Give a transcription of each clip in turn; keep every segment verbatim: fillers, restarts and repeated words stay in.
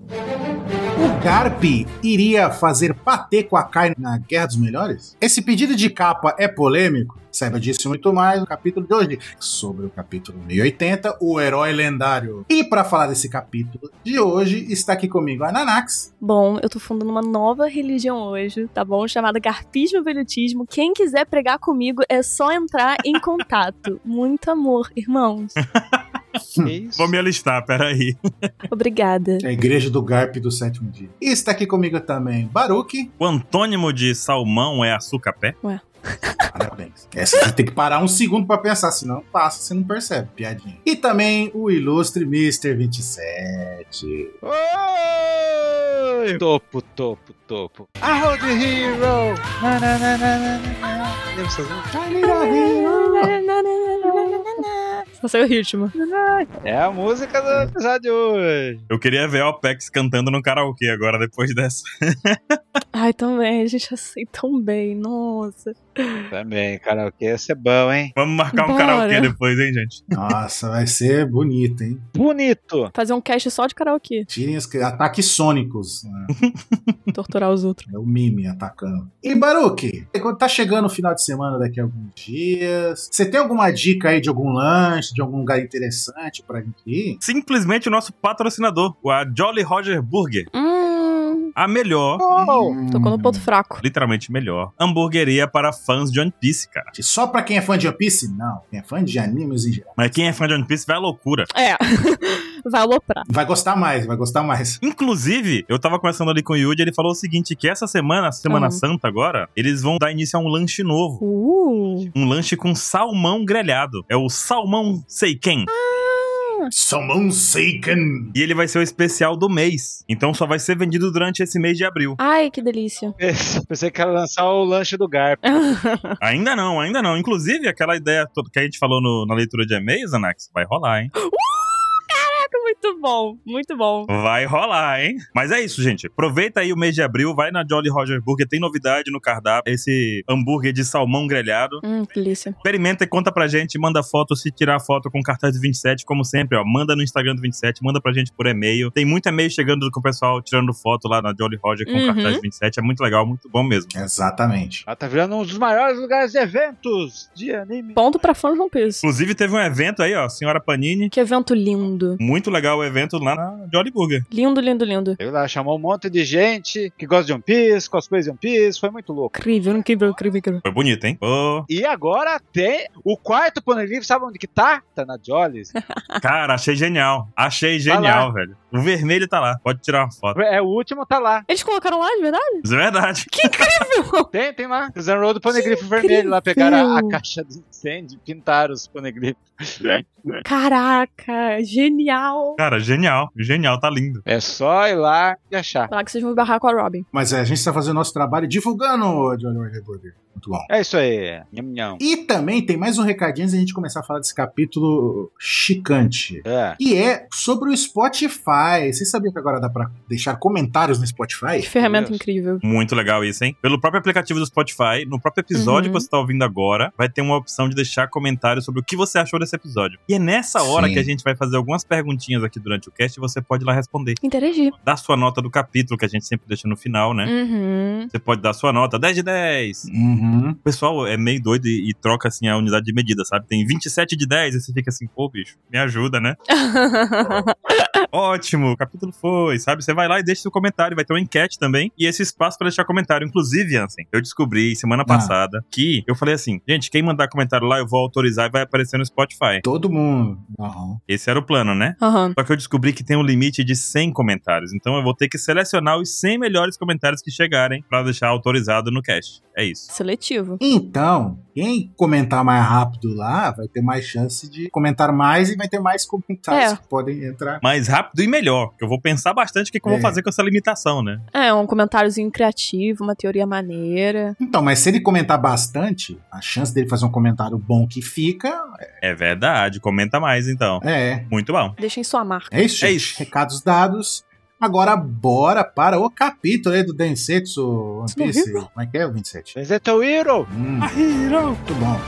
O Garp iria fazer patê com a Kai na Guerra dos Melhores? Esse pedido de capa é polêmico? Saiba disso e muito mais no capítulo de hoje, sobre o capítulo mil e oitenta, o herói lendário. E para falar desse capítulo de hoje, está aqui comigo a Nanax. Bom, eu tô fundando uma nova religião hoje, tá bom? Chamada Garpismo Velhotismo. Quem quiser pregar comigo é só entrar em contato. Muito amor, irmãos. Vou me alistar, peraí. Obrigada. É a igreja do Garp do sétimo dia. E está aqui comigo também Baruque. O antônimo de salmão é açúcar-pé? Ué. Parabéns. Essa você tem que parar um segundo pra pensar, senão passa, você não percebe, piadinha. E também o ilustre mister vinte e sete. Oi! Topo, topo, topo. I hold the hero! Na, na, na, na, na, na. Lembra essas músicas? Só sei o ritmo. É a música do episódio de hoje. Eu queria ver a Opex cantando no karaokê agora, depois dessa. Ai, também, a gente aceita tão bem, nossa. Também, karaokê ia ser bom, hein? Vamos marcar um Bora. karaokê depois, hein, gente? Nossa, vai ser bonito, hein? Bonito! Fazer um cast só de karaokê. Tirem os ataques sônicos. Né? Torturar os outros. É o Mime atacando. E Baruque, quando tá chegando o final de semana daqui a alguns dias, você tem alguma dica aí de algum lanche, de algum lugar interessante pra gente ir? Simplesmente o nosso patrocinador, a Jolly Roger Burger. Hum, A melhor, Oh! Hum. tocou no ponto fraco. literalmente melhor, hamburgueria para fãs de One Piece, cara. Só pra quem é fã de One Piece? Não. Quem é fã de animes em geral. Mas quem é fã de One Piece vai à loucura. É, vai aloprar. Vai gostar mais, vai gostar mais. Inclusive, eu tava conversando ali com o Yuji, ele falou o seguinte, que essa semana, Semana Uhum. Santa agora, eles vão dar início a um lanche novo. Uh, Um lanche com salmão grelhado. É o Salmão Seiken. Salmão Seiken. E ele vai ser o especial do mês. Então só vai ser vendido durante esse mês de abril. ai, que delícia. Pensei que ia lançar o lanche do Garp. Ainda não, ainda não. Inclusive, aquela ideia toda que a gente falou no- na leitura de e-mails, Anax, vai rolar, hein? Muito bom, muito bom. Vai rolar, hein? Mas é isso, gente. Aproveita aí o mês de abril, vai na Jolly Roger Burger, tem novidade no cardápio. Esse hambúrguer de salmão grelhado. Hum, que delícia. Experimenta e conta pra gente, manda foto, se tirar foto com cartaz do vinte e sete, como sempre, ó. Manda no Instagram do vinte e sete, manda pra gente por e-mail. Tem muito e-mail chegando com o pessoal tirando foto lá na Jolly Roger com Uhum. cartaz do vinte e sete. É muito legal, muito bom mesmo. Exatamente. Ela tá virando um dos maiores lugares de eventos de anime. Ponto pra fã de One Piece. Inclusive, teve um evento aí, ó, Senhora Panini. Que evento lindo. Muito legal o evento lá na Jolly Burger. Lindo, lindo, lindo. Ele lá chamou um monte de gente que gosta de One Piece, cosplay de One Piece, foi muito louco. Incrível, incrível, incrível, incrível. Foi bonito, hein? Ô, E agora tem o quarto Poneglyph, sabe onde que tá? Tá na Jolly's. cara, achei genial. Achei Tá genial, lá. velho. O vermelho tá lá. Pode tirar uma foto. É, o último tá lá. Eles colocaram lá, de verdade? Isso é verdade. Que incrível! Tem, tem lá. Fizeram o road do Poneglyph vermelho lá, pegaram a, a caixa de incêndio, pintaram os Poneglyphs. Caraca, genial. Cara, genial. Genial, tá lindo. É só ir lá e achar. Falar que vocês vão barrar com a Robin. Mas é, a gente está fazendo nosso trabalho divulgando o Jolly Roger Burger. Muito bom. É isso aí. Nham, nham. E também tem mais um recadinho antes da gente começar a falar desse capítulo chicante. É. Que é sobre o Spotify. Vocês sabiam que agora dá pra deixar comentários no Spotify? Que ferramenta Deus. incrível. Muito legal isso, hein? Pelo próprio aplicativo do Spotify, no próprio episódio Uhum. que você tá ouvindo agora, vai ter uma opção de deixar comentários sobre o que você achou desse episódio. E é nessa hora Sim. que a gente vai fazer algumas perguntinhas aqui durante o cast e você pode ir lá responder. Interagir. Dá sua nota do capítulo, que a gente sempre deixa no final, né? Uhum. Você pode dar sua nota dez de dez. Uhum. O pessoal é meio doido e, e troca, assim, a unidade de medida, sabe? Tem vinte e sete de dez, e você fica assim, pô, bicho, me ajuda, né? Ótimo, o capítulo foi, sabe? Você vai lá e deixa seu comentário, vai ter uma enquete também, e esse espaço pra deixar comentário. Inclusive, Ansem, eu descobri semana passada que eu falei assim, gente, quem mandar comentário lá, eu vou autorizar e vai aparecer no Spotify. Todo mundo. Uhum. Esse era o plano, né? Aham. Só que eu descobri que tem um limite de cem comentários, então eu vou ter que selecionar os cem melhores comentários que chegarem pra deixar autorizado no cast. É isso. Seletivo. Então, quem comentar mais rápido lá vai ter mais chance de comentar mais e vai ter mais comentários É. que podem entrar. Mais rápido e melhor, porque eu vou pensar bastante o que, que eu vou É. fazer com essa limitação, né? É, um comentáriozinho criativo, uma teoria maneira. Então, mas se ele comentar bastante, a chance dele fazer um comentário bom que fica É verdade, comenta mais então. é. Muito bom. Deixem sua marca. É isso, É gente. isso. Recados dados. Agora, bora para o capítulo aí do Densetsu One It's no Piece. hero. Como é que é o vinte e sete? Mas é teu hero. Hum, Hero! muito bom.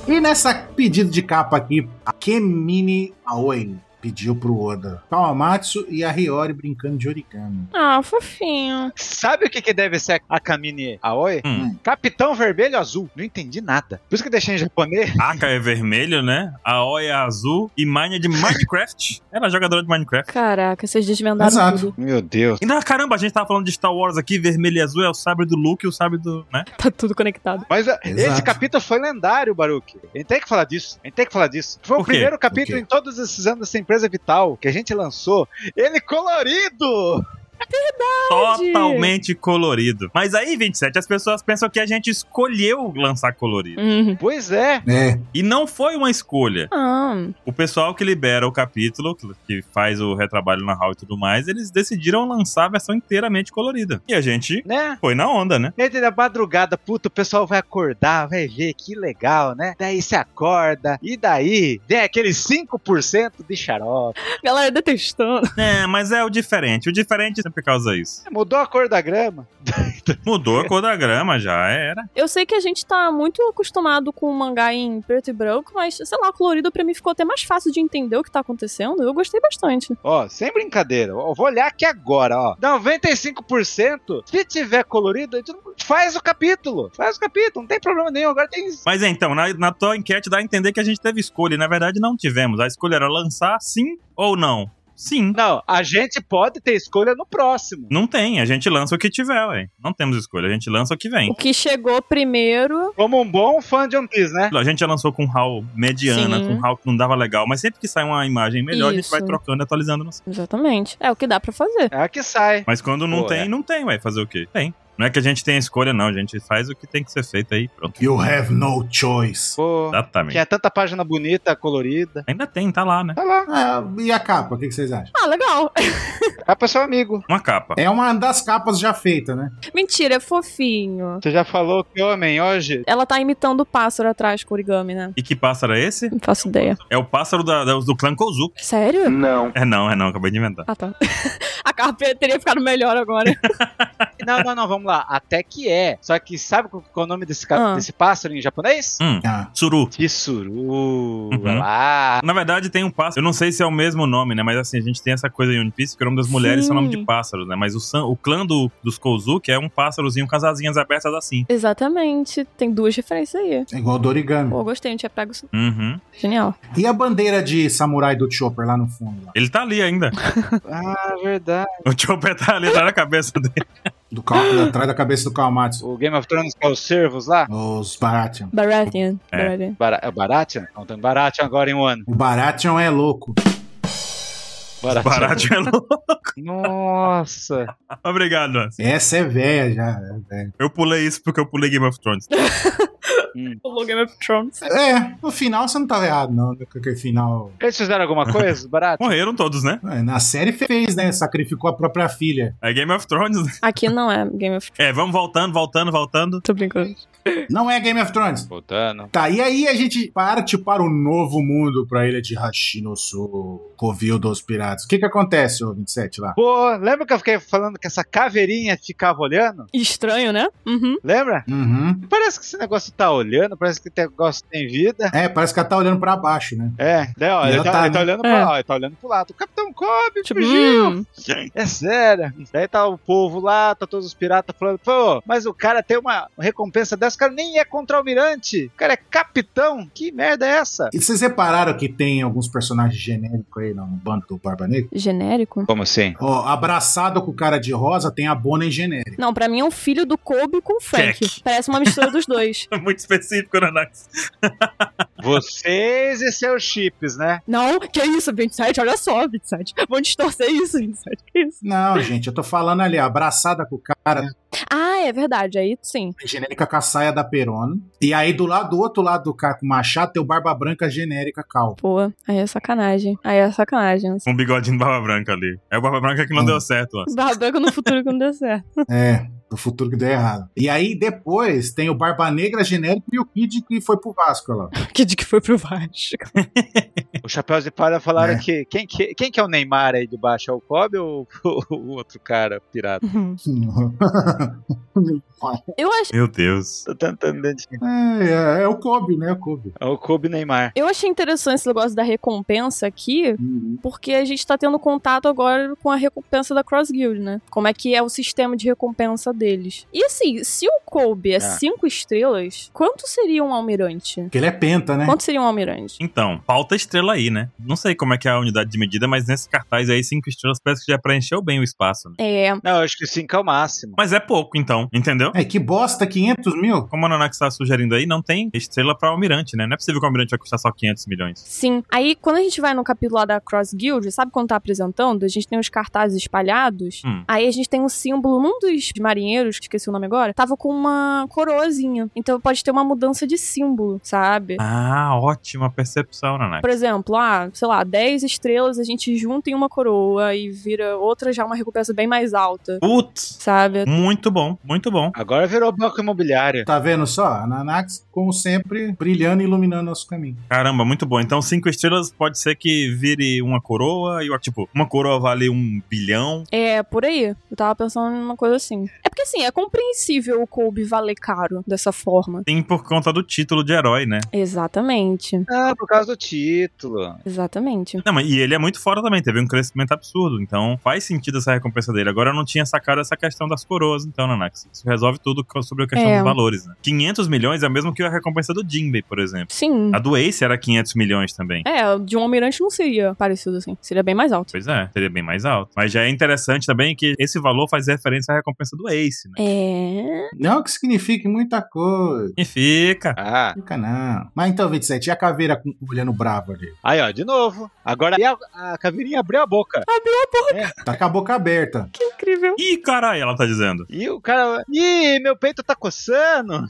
E nessa pedido de capa aqui, a Kemini Aoi pediu pro Oda Kawamatsu e a Hiyori brincando de origami. Ah, fofinho. Sabe o que, que deve ser a Kamini Aoi? Hum. Capitão Vermelho Azul. Não entendi nada. Por isso que eu deixei em japonês. Aka é vermelho, né? Aoi é azul e Mine é de Minecraft. Ela é jogadora de Minecraft. Caraca, vocês desvendaram Exato. tudo. Meu Deus. E não, caramba, a gente tava falando de Star Wars aqui, vermelho e azul é o sabre do Luke e o sabre do, né? Tá tudo conectado. Mas uh, Exato. esse capítulo foi lendário, Baruch. A gente tem que falar disso. A gente tem que falar disso. Foi o Por quê? primeiro capítulo Por quê? em todos esses anos dessa empresa vital que a gente lançou. Ele colorido! Totalmente colorido. Mas aí, vinte e sete, as pessoas pensam que a gente escolheu lançar colorido. Uhum. Pois é. É, E não foi uma escolha. Ah, O pessoal que libera o capítulo, que- que faz o retrabalho na Hall e tudo mais, eles decidiram lançar a versão inteiramente colorida. E a gente Né? foi na onda, né? Entre da madrugada, puta, o pessoal vai acordar, vai ver, que legal, né? Daí você acorda, e daí vem aqueles cinco por cento de xarope. galera detestando. É, mas é o diferente. O diferente sempre causa isso. Mudou a cor da grama. Mudou a cor da grama, já era. Eu sei que a gente tá muito acostumado com o mangá em preto e branco, mas, sei lá, colorido pra mim ficou até mais fácil de entender o que tá acontecendo. Eu gostei bastante. Ó, sem brincadeira, eu vou olhar aqui agora, ó. noventa e cinco por cento, se tiver colorido, faz o capítulo. Faz o capítulo, não tem problema nenhum. Agora tem. Mas é, então, na, na tua enquete dá a entender que a gente teve escolha. E na verdade não tivemos. A escolha era lançar sim ou não. Sim. Não, a gente pode ter escolha no próximo. Não tem, a gente lança o que tiver, ué. Não temos escolha, a gente lança o que vem. O que chegou primeiro. Como um bom fã de One Piece, né? A gente já lançou com Hall mediana, Sim. com Hall que não dava legal, mas sempre que sai uma imagem melhor, a gente Isso. vai trocando e atualizando. No... Exatamente. É o que dá pra fazer. É a que sai. Mas quando não Pô, tem, é. não tem, ué. Fazer o quê? Tem. Não é que a gente tem escolha, não. A gente faz o que tem que ser feito aí, pronto. you have no choice. Pô, Exatamente. tinha tanta página bonita, colorida. Ainda tem, tá lá, né? Tá lá. Ah, e a capa, o que que vocês acham? Ah, legal. Capa é seu amigo. Uma capa. É uma das capas já feitas, né? Mentira, é fofinho. Você já falou que homem hoje. Ela tá imitando o pássaro atrás com origami, né? E que pássaro é esse? Não faço ideia. É o pássaro da- da- do clã Kozuki. Sério? Não. É não, é não, acabei de inventar. Ah, tá. A capa teria ficado melhor agora. Não, não, não, vamos lá. Até que é. Só que sabe qual qual é o nome desse, ca- Ah. desse pássaro em japonês? Hum, Ah, Tsuru. Tsuru. Uhum. Lá. Na verdade, tem um pássaro. Eu não sei se é o mesmo nome, né? Mas assim, a gente tem essa coisa em One Piece que o nome das mulheres Sim. são nome de pássaros, né? Mas o, san- o clã do, dos Kozuki é um pássarozinho com as asinhas abertas assim. Exatamente. Tem duas referências aí. é igual do origami. Pô, gostei, não tinha pego isso. Uhum. Genial. E a bandeira de samurai do Chopper lá no fundo? Lá? Ele tá ali ainda. Ah, verdade. O Chopper tá ali, tá na cabeça dele. Do Ka- atrás da cabeça do Kawamatsu. O Game of Thrones com os servos lá. Os Baratheon. Baratheon. É. Baratheon. Bara é Baratheon? Não, tem Baratheon agora em um ano. O Baratheon é louco. Baratheon. Barato é louco. Nossa. Obrigado, Nancy. Essa é velha já. É, velha. Eu pulei isso porque eu pulei Game of Thrones. O Game of Thrones. É, no final você não tava errado, não. né, Com aquele final. Eles fizeram alguma coisa, os Baratheon? Morreram todos, né? É, na série fez, né? Sacrificou a própria filha. É Game of Thrones. né? Aqui não é Game of Thrones. É, vamos voltando, voltando, voltando. Tô brincando. Não é Game of Thrones. Voltando. Tá, e aí a gente parte para o novo mundo, pra ilha de Hashinosu, Covil dos Piratas. O que que acontece, ô vinte e sete, lá? Pô, lembra que eu fiquei falando que essa caveirinha ficava olhando? Estranho, né? Uhum. Lembra? Uhum. Parece que esse negócio tá olhando, parece que esse negócio tem vida. É, parece que ela tá olhando pra baixo, né? É, daí, ó, E ele ela tá, tá, ele tá né? olhando pra É. lá, ele tá olhando pro lado. O Capitão Kobe Tipo, fugiu. hum, É sério. Daí tá o povo lá, tá todos os piratas falando, pô, mas o cara tem uma recompensa dessa, o cara nem é contra-almirante, o cara é capitão, que merda é essa? E vocês repararam que tem alguns personagens genéricos aí no bando do Barba Negra? genérico? Como assim? Ó, abraçado com o cara de rosa, tem a Bonnie genérica. Não, pra mim é um filho do Kobe com o Frank. Jack. Parece uma mistura dos dois. Muito específico, né, Nax? Vocês e seus chips, né? Não, que isso, vinte e sete? Olha só, vinte e sete. Vão distorcer isso, vinte e sete. Que isso? Não, gente, eu tô falando ali, abraçada com o cara, Ah, é verdade. Aí sim. genérica com a saia da Perona. E aí do lado do outro lado do cara com o machado tem o Barba Branca genérica calvo. Pô, aí é sacanagem. Aí é sacanagem. Com um bigodinho de barba branca ali. É o barba branca que não Hum. deu certo, ó. Barra branca no futuro que não deu certo. É. do futuro que deu errado. E aí, depois, tem o Barba Negra genérico e o Kid que foi pro Vasco lá. Kid que foi pro Vasco. Os Chapéus de Palha falaram É. que quem, que quem que é o Neymar aí de baixo? É o Kobe ou o outro cara pirata? Eu, ach... Meu Deus. Tô tentando identificar. é, é, é o Kobe, né? O Kobe. É o Kobe Neymar. eu achei interessante esse negócio da recompensa aqui, Uhum. porque a gente tá tendo contato agora com a recompensa da Cross Guild, né? Como é que é o sistema de recompensa deles. E assim, se o Kobe é Ah. cinco estrelas, quanto seria um almirante? Porque ele é penta, né? Quanto seria um almirante? Então, falta estrela aí, né? Não sei como é que é a unidade de medida, mas nesse cartaz aí, cinco estrelas parece que já preencheu bem o espaço, né? É, Não, eu acho que cinco é o máximo. Mas é pouco, então, entendeu? É, que bosta, quinhentos mil? Como a Nanax tá sugerindo aí, não tem estrela pra almirante, né? Não é possível que o almirante vai custar só quinhentos milhões. sim. Aí, quando a gente vai no capítulo lá da Cross Guild, sabe quando tá apresentando? A gente tem os cartazes espalhados. Hum. Aí a gente tem um símbolo, num dos marinheiros, que esqueci o nome agora, tava com uma coroazinha. Então pode ter uma mudança de símbolo, sabe? Ah, ótima percepção, Nanax. Por exemplo, ah, sei lá, dez estrelas a gente junta em uma coroa e vira outra já uma recompensa bem mais alta, Putz, sabe? muito bom, muito bom. Agora virou banco imobiliário. Tá vendo só? A Nanax, como sempre, brilhando e iluminando nosso caminho. Caramba, muito bom. Então, cinco estrelas pode ser que vire uma coroa e, tipo, uma coroa vale um bilhão. É, por aí. Eu tava pensando numa coisa assim. É porque assim, é compreensível o Kobe valer caro dessa forma. Sim, por conta do título de herói, né? Exatamente. Ah, por causa do título. Exatamente. Não, mas e ele é muito fora também, teve um crescimento absurdo. Então, faz sentido essa recompensa dele. Agora, eu não tinha sacado essa questão das coroas, então, Nanax. Isso resolve tudo sobre a questão É. dos valores, né? quinhentos milhões é o mesmo que a recompensa do Jinbei, por exemplo. Sim. A do Ace era quinhentos milhões também. É, de um almirante não seria parecido assim. Seria bem mais alto. Pois é, seria bem mais alto. Mas já é interessante também que esse valor faz referência à recompensa do Ace, né? É. Não que signifique muita coisa. E fica. Ah, Fica não. Mas então, vinte e sete, e a caveira com- olhando bravo ali? aí ó, de novo. Agora a, a caveirinha abriu a boca. Tá com a boca aberta. Que incrível. Ih, caralho, ela tá dizendo. E o cara, ih, meu peito tá coçando.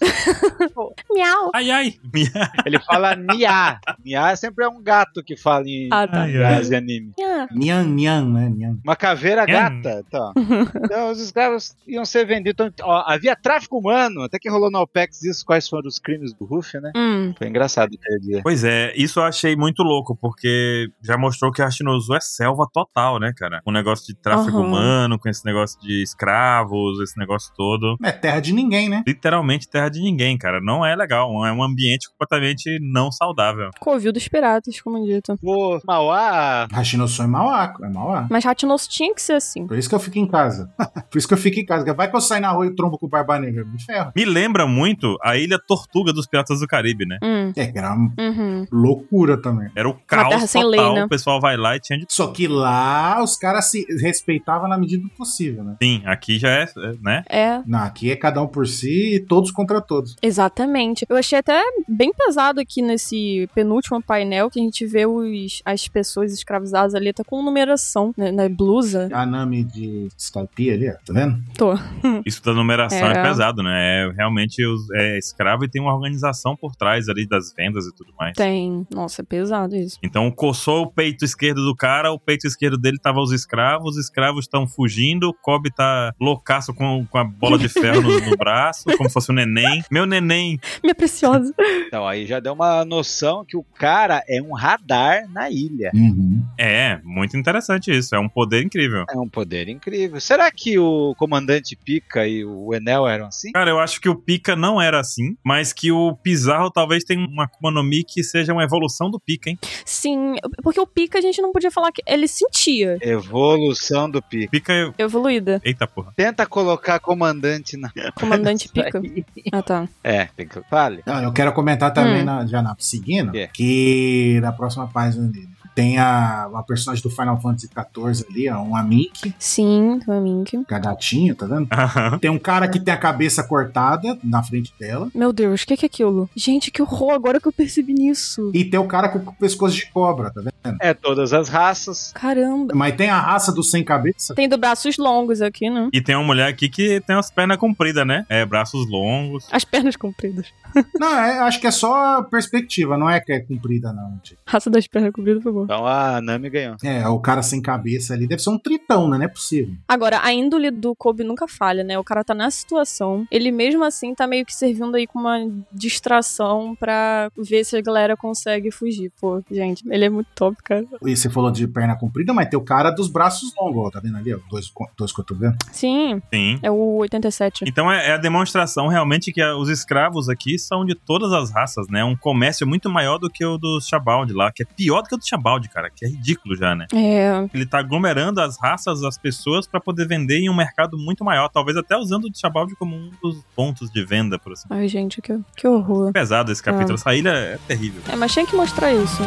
Miau. Ai, ai. Ele fala Nia. Nia sempre é um gato que fala em Ah, tá. Ai, frase e anime. Ah, Nhan, nhan, né? Nhan. Uma caveira Nhan. gata. Então, então os escravos iam ser vendidos. Então, ó, havia tráfico humano. Até que rolou no OPEX isso, quais foram os crimes do Ruff, né? hum. Foi engraçado aquele dia. Pois é, isso eu achei muito louco, porque já mostrou que a Shinozu é selva total, né, cara? Um negócio de tráfico Aham. humano, com esse negócio de escravos, esse negócio todo. É terra de ninguém, né? Literalmente terra de ninguém, cara. Não é legal, é um ambiente completamente não saudável. Covil dos piratas, como dito. Pô, Mauá. Hashinosu é Mauá, é Mauá. Mas Ratinosu tinha que ser assim. Por isso que eu fico em casa. Por isso que eu fico em casa. Vai que eu saio na rua e trombo com o Barba Negra. Me ferro. Me lembra muito a Ilha Tortuga dos Piratas do Caribe, né? Hum. É, que era uma Uhum. loucura também. Era o terra caos sem total, lei, né? o pessoal vai lá e tinha de... Só que lá os caras se respeitavam na medida do possível, né? Sim, aqui já é, né? É, Não, aqui é cada um por si e todos contra todos. exatamente. Eu achei até bem pesado aqui nesse penúltimo painel que a gente vê os, as pessoas escravizadas ali, tá com numeração né, na blusa. A Nami de Skype ali, ó, tá vendo? Tô. Isso da numeração é, É. pesado, né? É realmente os- é escravo e tem uma organização por trás ali das vendas e tudo mais. Tem. Nossa, é pesado isso. Então coçou o peito esquerdo do cara, o peito esquerdo dele tava os escravos, os escravos estão fugindo, o Kobe tá loucaço com, com a bola de ferro no, no braço, como se fosse um neném. Meu neném! Minha preciosa. Então, aí já deu uma noção que o cara é um radar na ilha. Uhum. É, muito interessante isso, é um poder incrível. É um poder incrível. Será que o comandante Pika e o Enel eram assim? Cara, eu acho que o Pika não era assim, mas que o Pizarro talvez tenha uma Akuma no Mi que seja uma evolução do Pika, hein? Sim, porque o Pika a gente não podia falar que ele sentia. Evolução do Pika. Pika... Evoluída. Eita porra. Tenta colocar comandante na. Comandante Pika. Ah, tá. É, tem que. Fale. Ah, eu quero comentar também, Hum. na, já na seguindo, Que? que na próxima página dele tem a, uma personagem do Final Fantasy quatorze ali, ó, um Amink, Sim, do Mink. gatinho, tá vendo? Aham. Tem um cara que tem a cabeça cortada na frente dela. Meu Deus, o que, que é aquilo? Gente, que horror, agora que eu percebi nisso. E tem o cara com o pescoço de cobra, tá vendo? É todas as raças. Caramba. Mas tem a raça do sem cabeça. Tem do braços longos aqui, né? E tem uma mulher aqui que tem as pernas compridas, né? É, braços longos. As pernas compridas. Não, é, acho que é só perspectiva, não é que é comprida, não. Tipo. Raça das pernas compridas, por favor. Então a Nami ganhou. É, o cara sem cabeça ali deve ser um tritão, né? Não é possível. Agora, a índole do Kobe nunca falha, né? O cara tá nessa situação. Ele mesmo assim tá meio que servindo aí com uma distração pra ver se a galera consegue fugir. Pô, gente, ele é muito top, cara. E você falou de perna comprida, mas tem o cara dos braços longos, ó, tá vendo ali? Ó, dois, dois cotovelos. Sim, Sim. é o oitenta e sete. Então é, é a demonstração realmente que a, os escravos aqui são de todas as raças, né? Um comércio muito maior do que o do Chabaldi lá, que é pior do que o do Chabaldi, cara, que é ridículo já, né? É. Ele tá aglomerando as raças, as pessoas pra poder vender em um mercado muito maior, talvez até usando o Chabaldi como um dos pontos de venda, por assim. Ai, gente, que, que horror. Pesado esse capítulo, Ah. essa ilha é terrível. É, mas tinha que mostrar isso.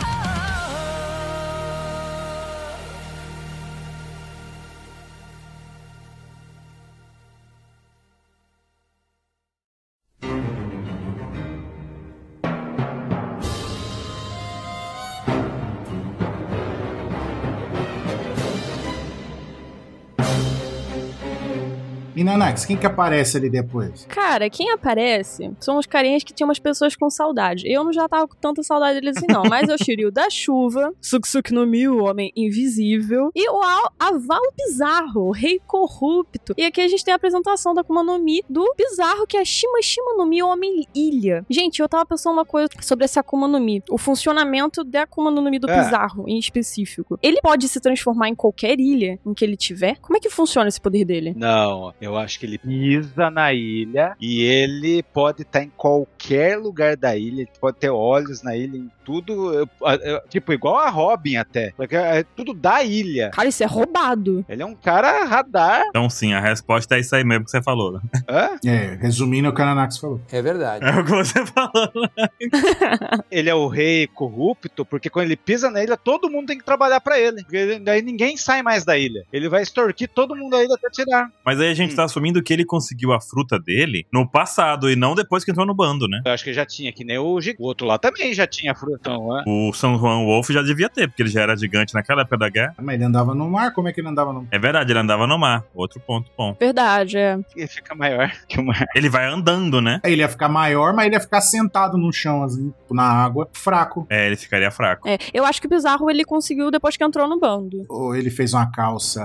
E Nanax, quem que aparece ali depois? Cara, quem aparece são os carinhas que tinham umas pessoas com saudade. Eu não já tava com tanta saudade deles assim, não. Mas é o Shiryu da Chuva, Suksuki no Mi, o Homem Invisível, e o Al- Aval Bizarro, o Rei Corrupto. E aqui a gente tem a apresentação da Akuma no Mi do Bizarro, que é Shima Shima no Mi, o Homem Ilha. Gente, eu tava pensando uma coisa sobre essa Akuma no Mi. O funcionamento da Akuma no Mi do É. Bizarro, em específico. Ele pode se transformar em qualquer ilha em que ele tiver? Como é que funciona esse poder dele? Não, eu acho que ele pisa na ilha e ele pode estar em qualquer lugar da ilha, ele pode ter olhos na ilha, em tudo, eu- eu- tipo, igual a Robin até, porque é tudo da ilha. Cara, isso é roubado. Ele é um cara radar. Então sim, a resposta é isso aí mesmo que você falou. Né? Hã? É, resumindo o que a Nanax falou. É verdade. É o que você falou. Ele é o rei corrupto, porque quando ele pisa na ilha, todo mundo tem que trabalhar pra ele. Porque ele- daí ninguém sai mais da ilha. Ele vai extorquir todo mundo da ilha até tirar. Mas aí a gente Hum. tá assumindo que ele conseguiu a fruta dele no passado e não depois que entrou no bando, né? Eu acho que já tinha, que nem o, gi- o outro lá também já tinha fruta. Não é? O São Juan Wolf já devia ter, porque ele já era gigante naquela época da guerra. Mas ele andava no mar? Como é que ele andava no mar? É verdade, ele andava no mar. Outro ponto bom. Verdade, é. Ele fica maior que o mar. Ele vai andando, né? Ele ia ficar maior, mas ele ia ficar sentado no chão, assim, na água, fraco. É, ele ficaria fraco. É, eu acho que o Bizarro ele conseguiu depois que entrou no bando. Ou ele fez uma calça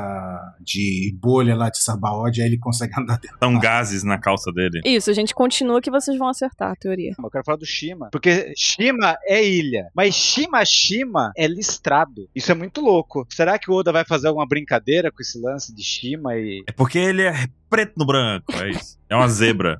de bolha lá de Sabaody, aí ele consegue andar dentro. São gases na calça dele. Isso, a gente continua que vocês vão acertar a teoria. Eu quero falar do Shima. Porque Shima é ilha. Mas Shima Shima é listrado. Isso é muito louco. Será que o Oda vai fazer alguma brincadeira com esse lance de Shima e. É porque ele é preto no branco, é isso. É uma zebra.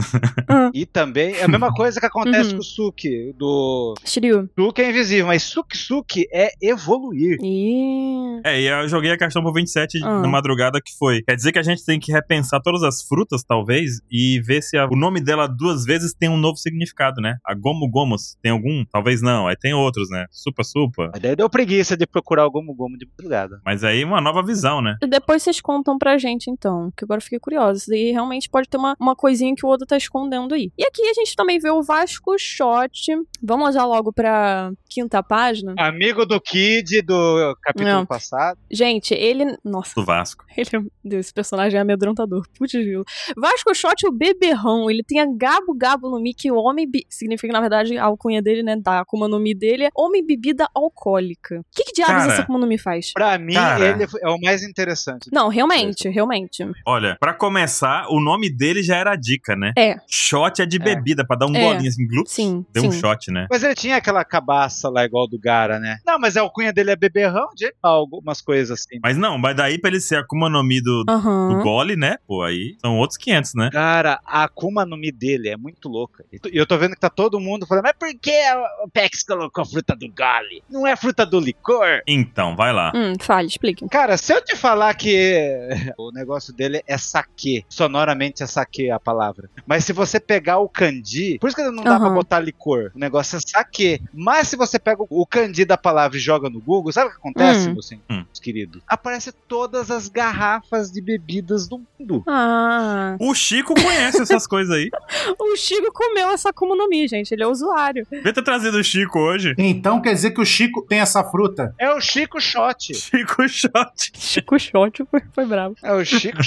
E também é a mesma coisa que acontece Uhum. com o Suki. Do. Shiryu. Suki é invisível, mas Suki Suki é evoluir. Ih. É, e eu joguei a questão pro vinte e sete Ah. na madrugada que foi. Quer dizer que a gente tem que repensar todas as frutas, talvez, e ver se a- o nome dela duas vezes tem um novo significado, né? A Gomu Gomos tem algum? Talvez não. Aí tem outros, né? Supa Supa. Mas daí deu preguiça de procurar o Gomu Gomu de madrugada. Mas aí uma nova visão, né? E depois vocês contam pra gente, então. Que agora eu fiquei curiosa. Isso daí realmente pode ter uma, uma coisinha que o Oda tá escondendo aí. E aqui a gente também vê o Vasco Shot. Vamos já logo pra quinta página. Amigo do Kid do capítulo Não. passado. Gente, ele... Nossa, Do Vasco. ele é... Deus, esse personagem é amedrontador. Putz, grilo. Vasco Shot é o beberrão. Ele tem a Gabo Gabo no Mi, que o homem... Bi... Significa, na verdade, a alcunha dele, né? Da Akuma no Mi dele é homem bebida alcoólica. O que, que diabos Cara. essa Akuma no Mi faz? Pra mim, Cara. ele é o mais interessante. Não, realmente, realmente. Olha, pra começar, o nome dele já era a dica, né? É. Shot é de bebida, pra dar um É. golinho assim, glups. Sim, Deu um sim. shot, né? Mas ele tinha aquela cabaça lá igual do Gara, né? Não, mas a alcunha dele é beberrão de algumas coisas assim. Mas não, mas daí pra ele ser Akuma no Mi do, do Aham. gole, né? Pô, aí são outros quinhentos, né? Cara, a Akuma no Mi dele é muito louca. E tu- e eu tô vendo que tá todo mundo falando, mas por que o Pex colocou fruta do gole? Não é fruta do licor? Então, vai lá. Hum, fale, explique. Cara, se eu te falar que o negócio dele é saquê, sonoramente é saquê a palavra. Mas se você pegar o kanji, por isso que não dá Aham. pra botar licor. O negócio é saquê. Mas se você pega o kanji da palavra e joga no Google, sabe o que acontece, Hum. meus senhores Hum. queridos? Aparece todas as garrafas de bebidas do mundo. Ah, O Chico conhece essas coisas aí. o Chico comeu essa Akuma no Mi, gente. Ele é usuário. Devia ter trazido o Chico hoje. Então quer dizer que o Chico tem essa fruta. É o Chico Shot. Chico Shot. Chico Shot foi, foi bravo. É o Chico Shot.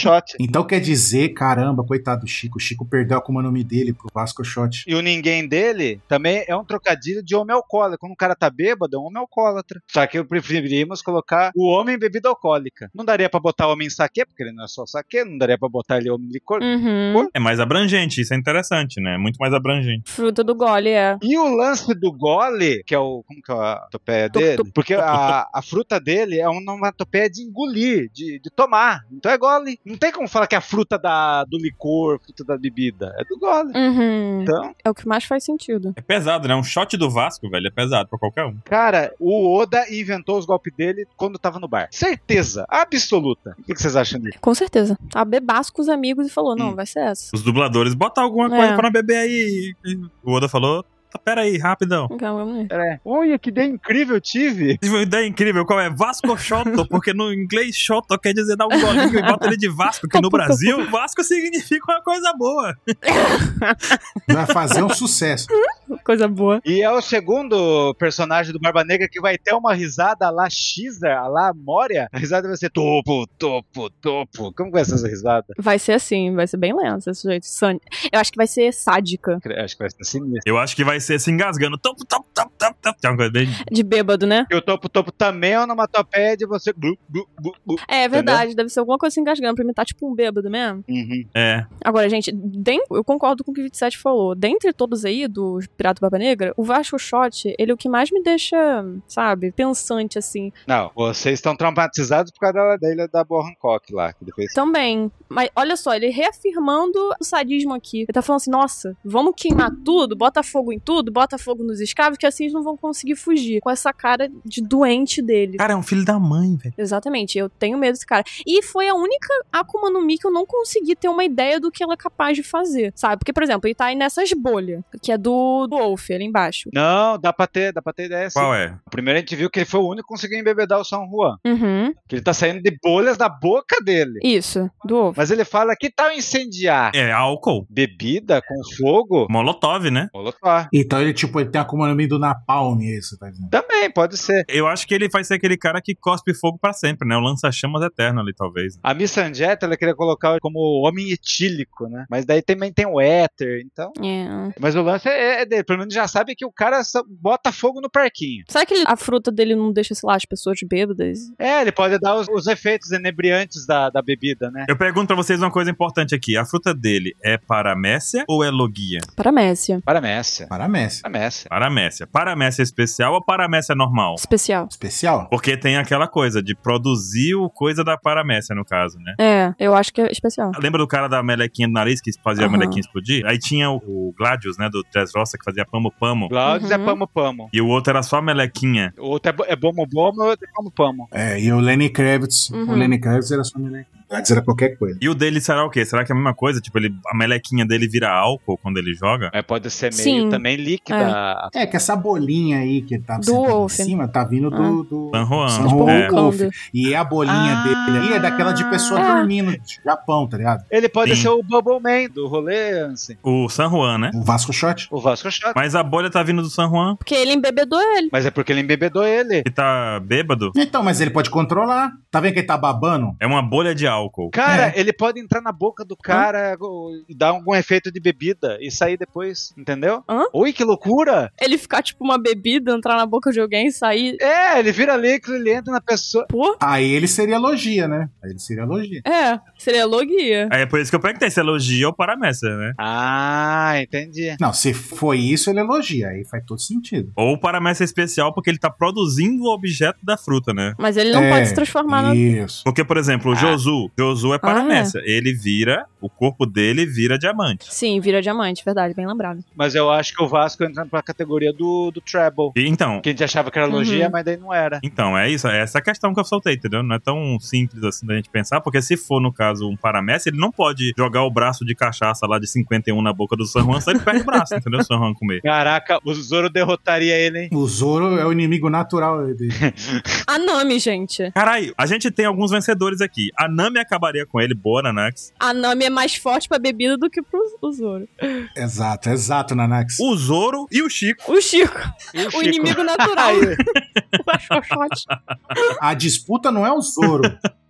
Então quer dizer, caramba, coitado do Chico. O Chico perdeu a Akuma no Mi dele pro Vasco Shot. E o ninguém dele também é um trocadilho de homem alcoólatra. Quando o cara tá bêbado, é um homem alcoólatra. Só que preferíamos colocar o homem em bebida alcoólica. Não daria pra botar o homem em saquê, porque ele não é só saquê. Não daria pra botar ele homem em licor. Uhum. É mais abrangente, isso é interessante, né? Muito mais abrangente. Fruta do gole, é. E o lance do gole, que é o... Como que é a topeia dele? Tup, tup. Porque a, a fruta dele é uma onomatopeia de engolir, de, de tomar. Então é gole. Não tem como falar que é a fruta da, do licor, fruta da bebida. É do gole. Uhum. Então, É o que mais faz sentido. É pesado, né? Um shot do Vasco, velho, é pesado pra qualquer um. cara, o Oda inventou os golpes dele quando tava no bar. Certeza. Absoluta. O que, que vocês acham disso? Com certeza. Tá bebaço com os amigos e falou, não, Hum. vai ser essa. Os dubladores, bota alguma É. coisa pra não beber aí. O Oda falou, tá, pera aí, rapidão. Calma, É. Olha, que ideia incrível eu tive. Tive uma ideia incrível, qual é? Vasco Shoto, porque no inglês Shoto quer dizer dar um golinho e bota ele de Vasco, que no Brasil, Vasco significa uma coisa boa. Vai fazer um sucesso. Coisa boa. E é o segundo personagem do Barba Negra que vai ter uma risada lá Xer, a lá Moria. A risada vai ser topo, topo, topo. Como vai ser essa risada? Vai ser assim, vai ser bem lento esse jeito. San- Eu acho que vai ser sádica. Acho que vai ser assim. Eu acho que vai ser se engasgando. Top, top, top, top, top. É uma coisa bem... De bêbado, né? E o topo, topo também é onomatopeia de você... Glu, glu, glu, glu. É, é verdade, deve ser alguma coisa se engasgando pra imitar tipo um bêbado mesmo. Uhum. É. Agora, gente, den- eu concordo com o que o vinte e sete falou. Dentre todos aí, do Pirata Barba Negra, o Vasco Shot, ele é o que mais me deixa, sabe, pensante, assim. Não, vocês estão traumatizados por causa da, da ilha da Boa Hancock lá. Que depois... Também. Mas olha só, ele reafirmando o sadismo aqui. Ele tá falando assim, nossa, vamos queimar tudo, bota fogo em tudo, bota fogo nos escravos, que assim eles não vão conseguir fugir. Com essa cara de doente dele. Cara, é um filho da mãe, velho. Exatamente, eu tenho medo desse cara. E foi a única Akuma no Mi que eu não consegui ter uma ideia do que ela é capaz de fazer, sabe? Porque, por exemplo, ele tá aí nessas bolhas, que é do, do Wolf, ali embaixo. Não, dá pra ter, dá pra ter ideia sim. Qual é? Primeiro a gente viu que ele foi o único que conseguiu embebedar o San Juan. Uhum, Que ele tá saindo de bolhas da boca dele. isso, do Wolf. Mas ele fala que tal incendiar É álcool. bebida com fogo? Molotov, né? Molotov. Então ele, tipo, ele tem a Akuma no Mi do Napalm, é isso, tá dizendo? Também, pode ser. Eu acho que ele vai ser aquele cara que cospe fogo pra sempre, né? O lança-chamas eterno ali, talvez. A Miss Sanjeta, ela queria colocar como homem etílico, né? Mas daí também tem o éter, então... É. Mas o lance é, é dele. Pelo menos já sabe que o cara só bota fogo no parquinho. Será que ele- a fruta dele não deixa, sei lá, as pessoas bêbadas? É, ele pode dar os, os efeitos inebriantes da, da bebida, né? Eu pergunto pra vocês uma coisa importante aqui. A fruta dele é paramécia ou é logia? Paramécia. Paramécia. Paramécia. Paramécia. Paramécia. Paramécia especial ou paramécia normal? Especial. Especial? Porque tem aquela coisa de produzir o coisa da paramécia, no caso, né? É, eu acho que é especial. Lembra do cara da melequinha do nariz que fazia Aham. a melequinha explodir? Aí tinha o, o Gladius, né, do Dressrosa, que fazia pamo-pamo. Glaudes Uhum. é pamo-pamo. E o outro era só a melequinha. O outro é, bo- é bomo-bomo, o outro é pamo-pamo. É, e o Lenny Kravitz. Uhum. O Lenny Kravitz era só moleque. Antes era qualquer coisa. E o dele será o quê? Será que é a mesma coisa? Tipo, ele, a melequinha dele vira álcool quando ele joga? É, pode ser meio Sim. também líquida. É, que essa bolinha aí que tá Do sentado em Wolf. cima tá vindo do, do San Juan. San Tipo, Juan É. Wolf. roncando. E a bolinha Ah. dele aí é daquela de pessoa É. dormindo de Japão, tá ligado? Ele pode Sim. ser o Bubble Man do rolê, assim. O San Juan, né? O Vasco Shot. O Vasco Shot. Mas a bolha tá vindo do San Juan, Porque ele embebedou ele. Mas é porque ele embebedou ele. que tá bêbado. Então, mas ele pode controlar. Tá vendo que ele tá babando? É uma bolha de álcool. Cara, É. ele pode entrar na boca do cara e dar algum efeito de bebida e sair depois, entendeu? Hã? Oi, que loucura! Ele ficar tipo uma bebida, entrar na boca de alguém e sair. É, ele vira líquido, ele entra na pessoa. Pô, Aí ele seria logia, né? Aí ele seria logia. é, seria logia. Aí é por isso que eu perguntei se é elogia ou paramécia, né? Ah, entendi. Não, se foi isso, ele elogia. Aí faz todo sentido. Ou paramécia especial porque ele tá produzindo o objeto da fruta, né? Mas ele não É, pode se transformar na. Isso. Porque, por exemplo, o Ah. Josu. Josu é paramécia. Ele vira, o corpo dele vira diamante. Sim, vira diamante, verdade, bem lembrado. Mas eu acho que o Vasco entra pra categoria do, do treble. E, então, Que a gente achava que era logia, Uhum. mas daí não era. então, é isso. É essa a questão que eu soltei, entendeu? Não é tão simples assim da gente pensar, porque se for, no caso, um paramécia, ele não pode jogar o braço de cachaça lá de cinquenta e um na boca do San Juan, só ele perde o braço, entendeu? O San Juan comer. Caraca, o Zoro derrotaria ele, hein? O Zoro é o inimigo natural dele. A Nami, gente. Caralho, a gente tem alguns vencedores aqui. A Nami acabaria com ele, boa, Nanax. A Nami é mais forte pra bebida do que pro o Zoro. Exato, exato, Nanax. O Zoro e o Chico. O Chico, E o inimigo natural. Aí, O Vasco Shot. A disputa não é o Zoro.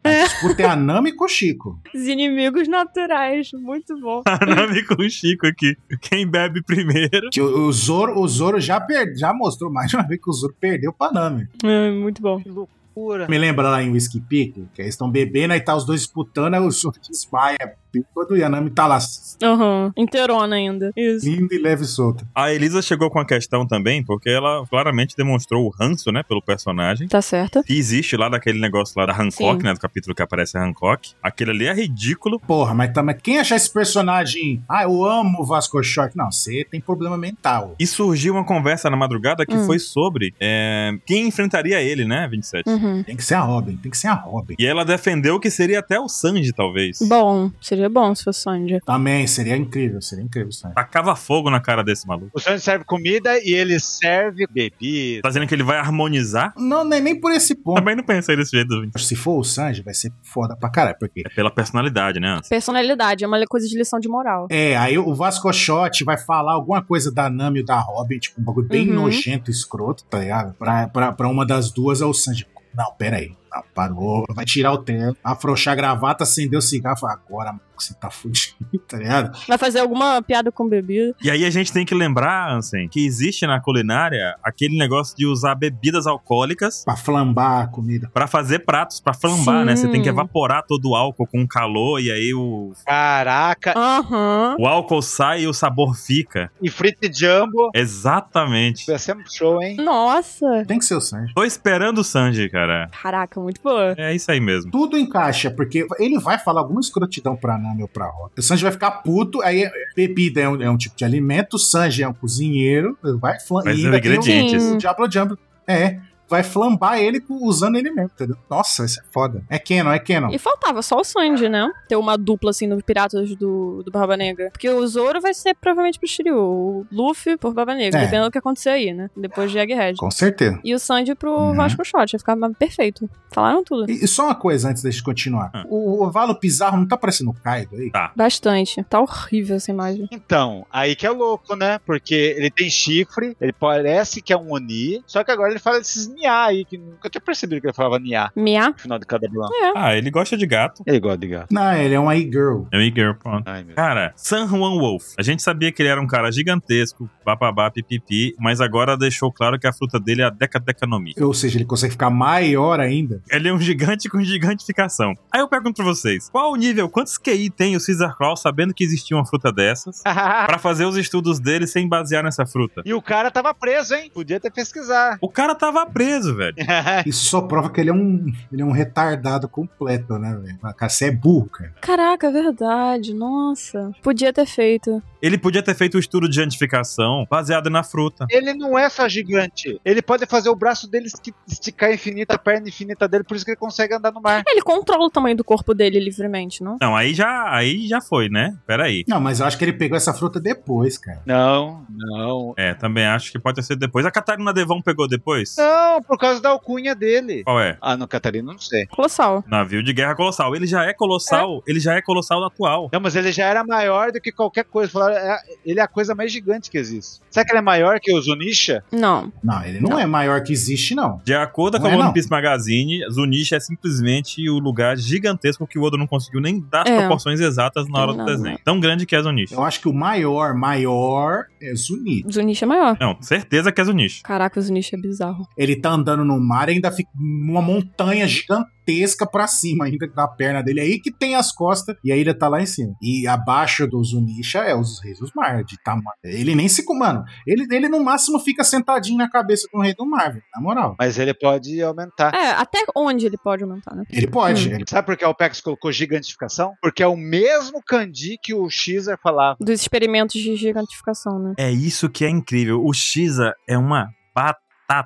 A disputa é a Nami com o Chico. Os inimigos naturais, muito bom. A Nami com o Chico aqui. Quem bebe primeiro? Que o, o Zoro, o Zoro já, per, já mostrou mais de uma vez que o Zoro perdeu pra Nami. É, muito bom. Que loucura. Me lembra lá em Whiskey Peak, que eles estão bebendo, aí tá os dois disputando, aí o Zoro desmaia. Quando a Nami tá lá, Aham, uhum. inteirona ainda. Isso. linda e leve e solta. A Elisa chegou com a questão também, porque ela claramente demonstrou o ranço, né, pelo personagem. Tá certo. Que existe lá daquele negócio lá da Hancock, Sim. né, do capítulo que aparece a Hancock. Aquele ali é ridículo. Porra, mas, tá, mas quem achar esse personagem... Ah, eu amo o Vasco Short. Não, você tem problema mental. E surgiu uma conversa na madrugada que Hum. foi sobre é, quem enfrentaria ele, né, vinte e sete. Uhum. Tem que ser a Robin, tem que ser a Robin. E ela defendeu que seria até o Sanji, talvez. Bom, seria bom se fosse Sanji. Também, seria incrível, seria incrível. Sabe? Tacava fogo na cara desse maluco. O Sanji serve comida e ele serve bebida. Tá dizendo que ele vai harmonizar? Não, nem, nem por esse ponto. Também não pensei desse jeito. vinte e sete. Se for o Sanji, vai ser foda pra caralho, porque... É pela personalidade, né? Personalidade, é uma coisa de lição de moral. É, aí o Vasco Shot vai falar alguma coisa da Nami ou da Robin, tipo, um bagulho bem Uhum. nojento, escroto, tá ligado? Pra, pra, pra uma das duas é o Sanji. Não, pera aí. Não, parou. Vai tirar o terno, afrouxar a gravata, acender o cigarro. Fala, agora, mano, você tá fudido, tá ligado? Vai fazer alguma piada com bebida. E aí a gente tem que lembrar, Ansem, que existe na culinária aquele negócio de usar bebidas alcoólicas Pra flambar a comida. pra fazer pratos, pra flambar, Sim. né? Você tem que evaporar todo o álcool com calor e aí o, Caraca. Aham. o álcool sai e o sabor fica. E frite jumbo. Exatamente. Vai ser um show, hein? Nossa. Tem que ser o Sanji. Tô esperando o Sanji, cara. Caraca, muito boa. É isso aí mesmo. Tudo encaixa, porque ele vai falar alguma escrotidão pra Nami ou pra Robin. O Sanji vai ficar puto, aí bebida é um, é um tipo de alimento, o Sanji é um cozinheiro, vai flam- Mas e são ainda tem ingredientes. o, o Diablo Jump. É, vai flambar ele com- usando ele mesmo, entendeu? Nossa, isso é foda. É Canon, é Canon. E faltava só o Sanji, né? Ter uma dupla, assim, no Piratas do, do Barba Negra. Porque o Zoro vai ser provavelmente pro Shiryu. O Luffy por Barba Negra, É. dependendo do que acontecer aí, né? Depois de Egghead. Com certeza. E o Sanji pro Uhum. Vasco Shot. Ia ficar perfeito. Falaram tudo. E, e só uma coisa antes de continuar. Ah. O ovalo bizarro não tá parecendo o Kaido aí? Tá. Bastante. Tá horrível essa imagem. Então, aí que é louco, né? Porque ele tem chifre, ele parece que é um Oni, só que agora ele fala desses Nia aí, que nunca tinha percebido que ele falava Nia Mia. no final de cada bloco. Ah, ele gosta de gato. Ele gosta de gato. Não, ele é um e-girl. É o Igor, pronto. Ai, meu. Cara, San Juan Wolf. A gente sabia que ele era um cara gigantesco, bababá, pipipi, mas agora deixou claro que a fruta dele é a Decadecanomia. Ou seja, ele consegue ficar maior ainda. Ele é um gigante com gigantificação. Aí eu pergunto pra vocês, qual o nível, quantos Q I tem o Caesar Claw sabendo que existia uma fruta dessas pra fazer os estudos dele sem basear nessa fruta? E o cara tava preso, hein? Podia ter pesquisar. O cara tava preso, velho. Isso só prova que ele é um, ele é um retardado completo, né, velho? Cara, você é burro, cara. Caraca, verdade. Nossa. Podia ter feito. Ele podia ter feito o estudo de identificação baseado na fruta. Ele não é só gigante. Ele pode fazer o braço dele esti- esticar infinita, a perna infinita dele, por isso que ele consegue andar no mar. Ele controla o tamanho do corpo dele livremente, não? Não, aí já, aí já foi, né? Peraí. Não, mas eu acho que ele pegou essa fruta depois, cara. Não, não. É, também acho que pode ter sido depois. A Catarina Devon pegou depois? Não, por causa da alcunha dele. Qual é? Ah, no Catarina, não sei. Colossal. Navio de guerra colossal. Ele já é colossal. Ele já é colossal atual. Não, mas ele já era maior do que qualquer coisa. Falaram, é- ele é a coisa mais gigante que existe. Será que ele é maior que o Zunisha? Não. Não, ele não, é maior que existe, não. De acordo com Não a é, One não. Piece Magazine, Zunisha é simplesmente o lugar gigantesco que o Oda não conseguiu nem dar as É. proporções exatas na hora do Não, desenho. Tão grande que é Zunisha. Eu acho que o maior, maior é Zuni. Zunisha é maior. Não, certeza que é Zunisha. Caraca, o Zunisha é bizarro. Ele tá andando no mar e ainda fica uma montanha gigantesca pra cima ainda da perna dele. É aí que tem as costas e a ilha tá lá em cima. E abaixo do Zunisha é os reis dos mar, de tamanho. Ele nem se... Mano, ele, ele no máximo fica sentadinho na cabeça do rei do mar, velho, na moral. Mas ele pode aumentar. É, até onde ele pode aumentar, né? Ele pode. Hum. ele- Sabe por que o Pex colocou gigantificação? Porque é o mesmo kanji que o Xer falava. Dos experimentos de gigantificação, né? É isso que é incrível. O Shiza é uma batata.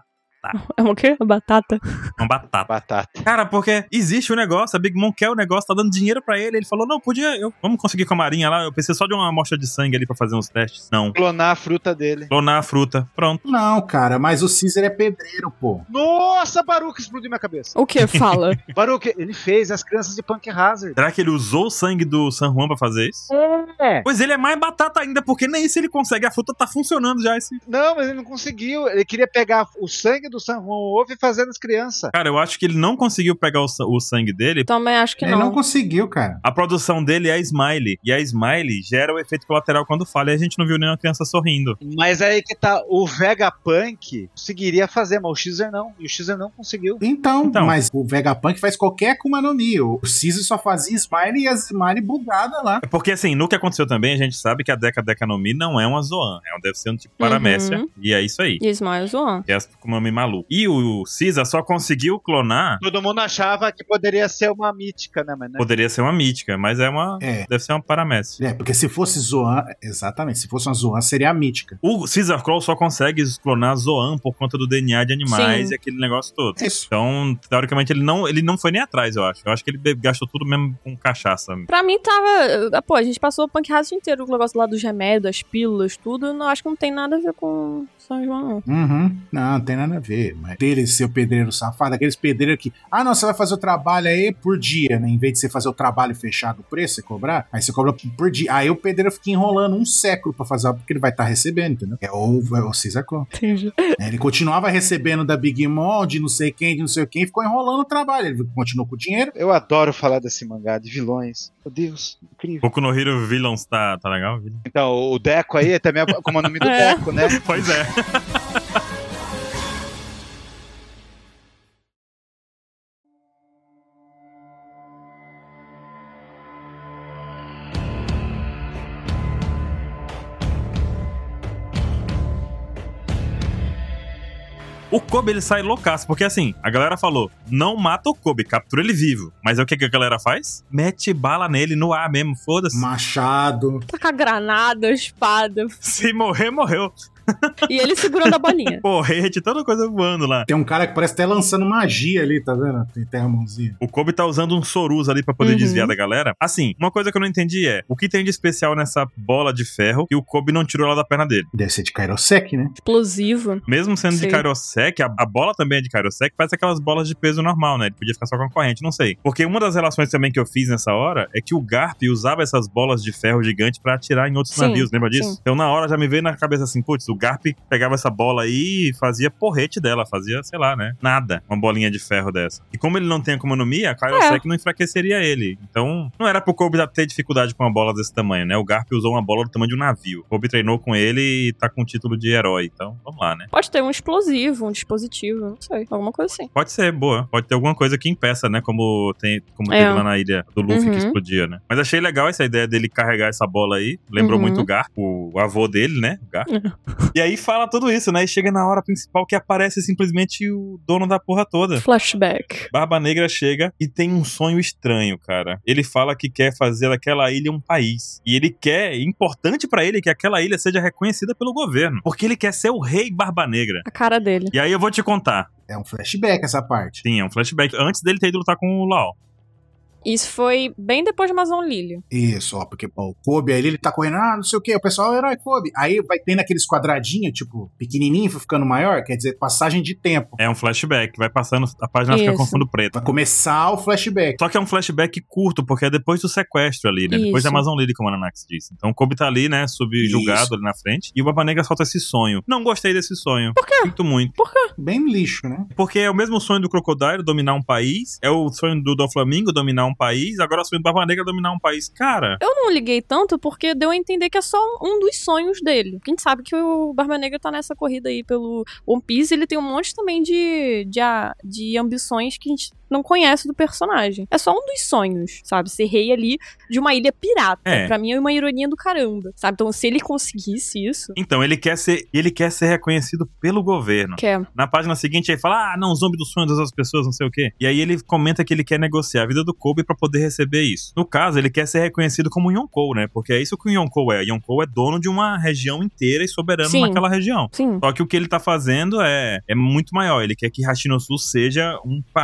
É uma o quê? Uma batata. Uma batata. Batata. Cara, porque existe o negócio, a Big Mom quer o negócio, tá dando dinheiro pra ele. Ele falou, não, podia, eu, vamos conseguir com a marinha lá. Eu preciso só de uma amostra de sangue ali pra fazer uns testes. Não. Clonar a fruta dele. Clonar a fruta. Pronto. Não, cara, mas o Caesar é pedreiro, pô. Nossa, Baruch explodiu minha cabeça. O que? Fala. Baruch, ele fez as crianças de Punk Hazard. Será que ele usou o sangue do San Juan pra fazer isso? É. Pois ele é mais batata ainda, porque nem isso ele consegue. A fruta tá funcionando já. Esse... Não, mas ele não conseguiu. Ele queria pegar o sangue do Sun Wolf fazendo as crianças. Cara, eu acho que ele não conseguiu pegar o, o sangue dele. Também acho que Ele não. não conseguiu, cara. A produção dele é a Smiley. E a Smiley gera o efeito colateral quando falha. E a gente não viu nenhuma criança sorrindo. Mas aí que tá, o Vegapunk conseguiria fazer, mas o Xer não. E o Xer não conseguiu. Então, Então. mas o Vegapunk faz qualquer Akuma no Mi. O Caesar só fazia Smiley e a Smiley bugada lá. É porque, assim, no que aconteceu também, a gente sabe que a Deca Deca no Mi não é uma Zoan. É, deve ser um tipo paramécia. Uhum. E é isso aí. E Smile Zoan. Que é as Akuma no Mi maluco. E o Caesar só conseguiu clonar. Todo mundo achava que poderia ser uma mítica, né? Mas não é. Poderia ser uma mítica, mas é uma. É. Deve ser uma paramécia. É, porque se fosse Zoan, exatamente, se fosse uma Zoan, seria a mítica. O Caesar Crow só consegue clonar Zoan por conta do D N A de animais Sim. e aquele negócio todo. Isso. Então, teoricamente, ele não, ele não foi nem atrás, eu acho. Eu acho que ele be- gastou tudo mesmo com cachaça. Pra mim tava. Pô, a gente passou o Punk Hazard inteiro, o negócio lá dos remédios, das pílulas, tudo. Não, acho que não tem nada a ver com São João, não. Uhum. Não, não tem nada a ver. Mas dele ser o pedreiro safado, aqueles pedreiros que, ah, não, você vai fazer o trabalho aí por dia, né? Em vez de você fazer o trabalho fechado o preço, você cobrar, aí você cobra por dia. Aí o pedreiro fica enrolando um século pra fazer, porque ele vai estar recebendo, entendeu? É o, é o Caesar Crow. Entendi. É, ele continuava recebendo da Big Mom, de não sei quem, de não sei quem, e ficou enrolando o trabalho. Ele continuou com o dinheiro. Eu adoro falar desse mangá de vilões. Meu Deus, incrível. Boku no Hero Villains tá, tá legal? Então, o Deco aí é também como o nome do É. Deco, né? Pois é. O Kobe, ele sai loucaço, porque assim, a galera falou, não mata o Kobe, captura ele vivo. Mas é o que, que a galera faz? Mete bala nele no ar mesmo, foda-se. Machado. Tá com a granada, a espada. Se morrer, morreu. E ele segurando a bolinha. Porrete, toda coisa voando lá. Tem um cara que parece até lançando magia ali, tá vendo? Tem até a mãozinha. O Kobe tá usando um Sorus ali pra poder Uhum. desviar da galera. Assim, uma coisa que eu não entendi é, o que tem de especial nessa bola de ferro que o Kobe não tirou lá da perna dele? Deve ser de Kairosek, né? Explosivo. Mesmo sendo Sim. de Kairosek, a, a bola também é de Kairosek, parece aquelas bolas de peso normal, né? Ele podia ficar só com a corrente, não sei. Porque uma das relações também que eu fiz nessa hora é que o Garp usava essas bolas de ferro gigante pra atirar em outros Sim, navios, lembra disso? sim. Então na hora já me veio na cabeça assim, putz, o Garp pegava essa bola aí e fazia porrete dela, fazia, sei lá, né? Nada, uma bolinha de ferro dessa. E como ele não tem Akuma no Mi, a Kairosek É. não enfraqueceria ele. Então, não era pro Kobe ter dificuldade com uma bola desse tamanho, né? O Garp usou uma bola do tamanho de um navio. O Kobe treinou com ele e tá com o título de herói. Então, vamos lá, né? Pode ter um explosivo, um dispositivo, não sei. Alguma coisa assim. Pode ser, boa. Pode ter alguma coisa que impeça, né? Como, tem, como É. teve lá na ilha do Luffy Uhum. que explodia, né? Mas achei legal essa ideia dele carregar essa bola aí. Lembrou Uhum. muito o Garp, o, o avô dele, né? O Garp. E aí fala tudo isso, né? E chega na hora principal que aparece simplesmente o dono da porra toda. Flashback. Barba Negra chega e tem um sonho estranho, cara. Ele fala que quer fazer daquela ilha um país. E ele quer, importante pra ele, que aquela ilha seja reconhecida pelo governo. Porque ele quer ser o rei Barba Negra. A cara dele. E aí eu vou te contar. É um flashback essa parte. Sim, é um flashback. Antes dele ter ido lutar com o Lao. Isso foi bem depois de Amazon Lily. Isso, ó, porque ó, o Kobe aí, ele tá correndo, ah, não sei o que, o pessoal é o herói Kobe. Aí vai tendo aqueles quadradinhos, tipo, pequenininho, foi ficando maior, quer dizer, passagem de tempo. É um flashback. Vai passando, a página fica com Isso. fundo preto. Vai começar o flashback. Só que é um flashback curto, porque é depois do sequestro ali, né? Depois Isso. da Amazon Lily, como a Nanax disse. Então o Kobe tá ali, né, subjugado Isso. ali na frente. E o Barba Negra solta esse sonho. Não gostei desse sonho. Por quê? Sinto muito. Bem lixo, né? Porque é o mesmo sonho do Crocodile dominar um país, é o sonho do Doflamingo dominar um país, agora é o sonho do Barba Negra dominar um país. Cara, Eu não liguei tanto porque deu a entender que é só um dos sonhos dele. Porque a gente sabe que o Barba Negra tá nessa corrida aí pelo One Piece, ele tem um monte também de, de, a- de ambições que a gente não conhece do personagem. É só um dos sonhos, sabe? Ser rei ali de uma ilha pirata. É. Pra mim é uma ironia do caramba, sabe? Então se ele conseguisse isso, então ele quer ser, ele quer ser reconhecido pelo governo. que é... Na página seguinte ele fala, ah, não, zombie do sonho das outras pessoas, não sei o quê. E aí ele comenta que ele quer negociar a vida do Kobe pra poder receber isso. No caso, ele quer ser reconhecido como Yonkou, né? Porque é isso que o Yonkou é. Yonkou é dono de uma região inteira e soberano Sim. naquela região. Sim. Só que o que ele tá fazendo é, é muito maior. Ele quer que Hashinosu seja um país governado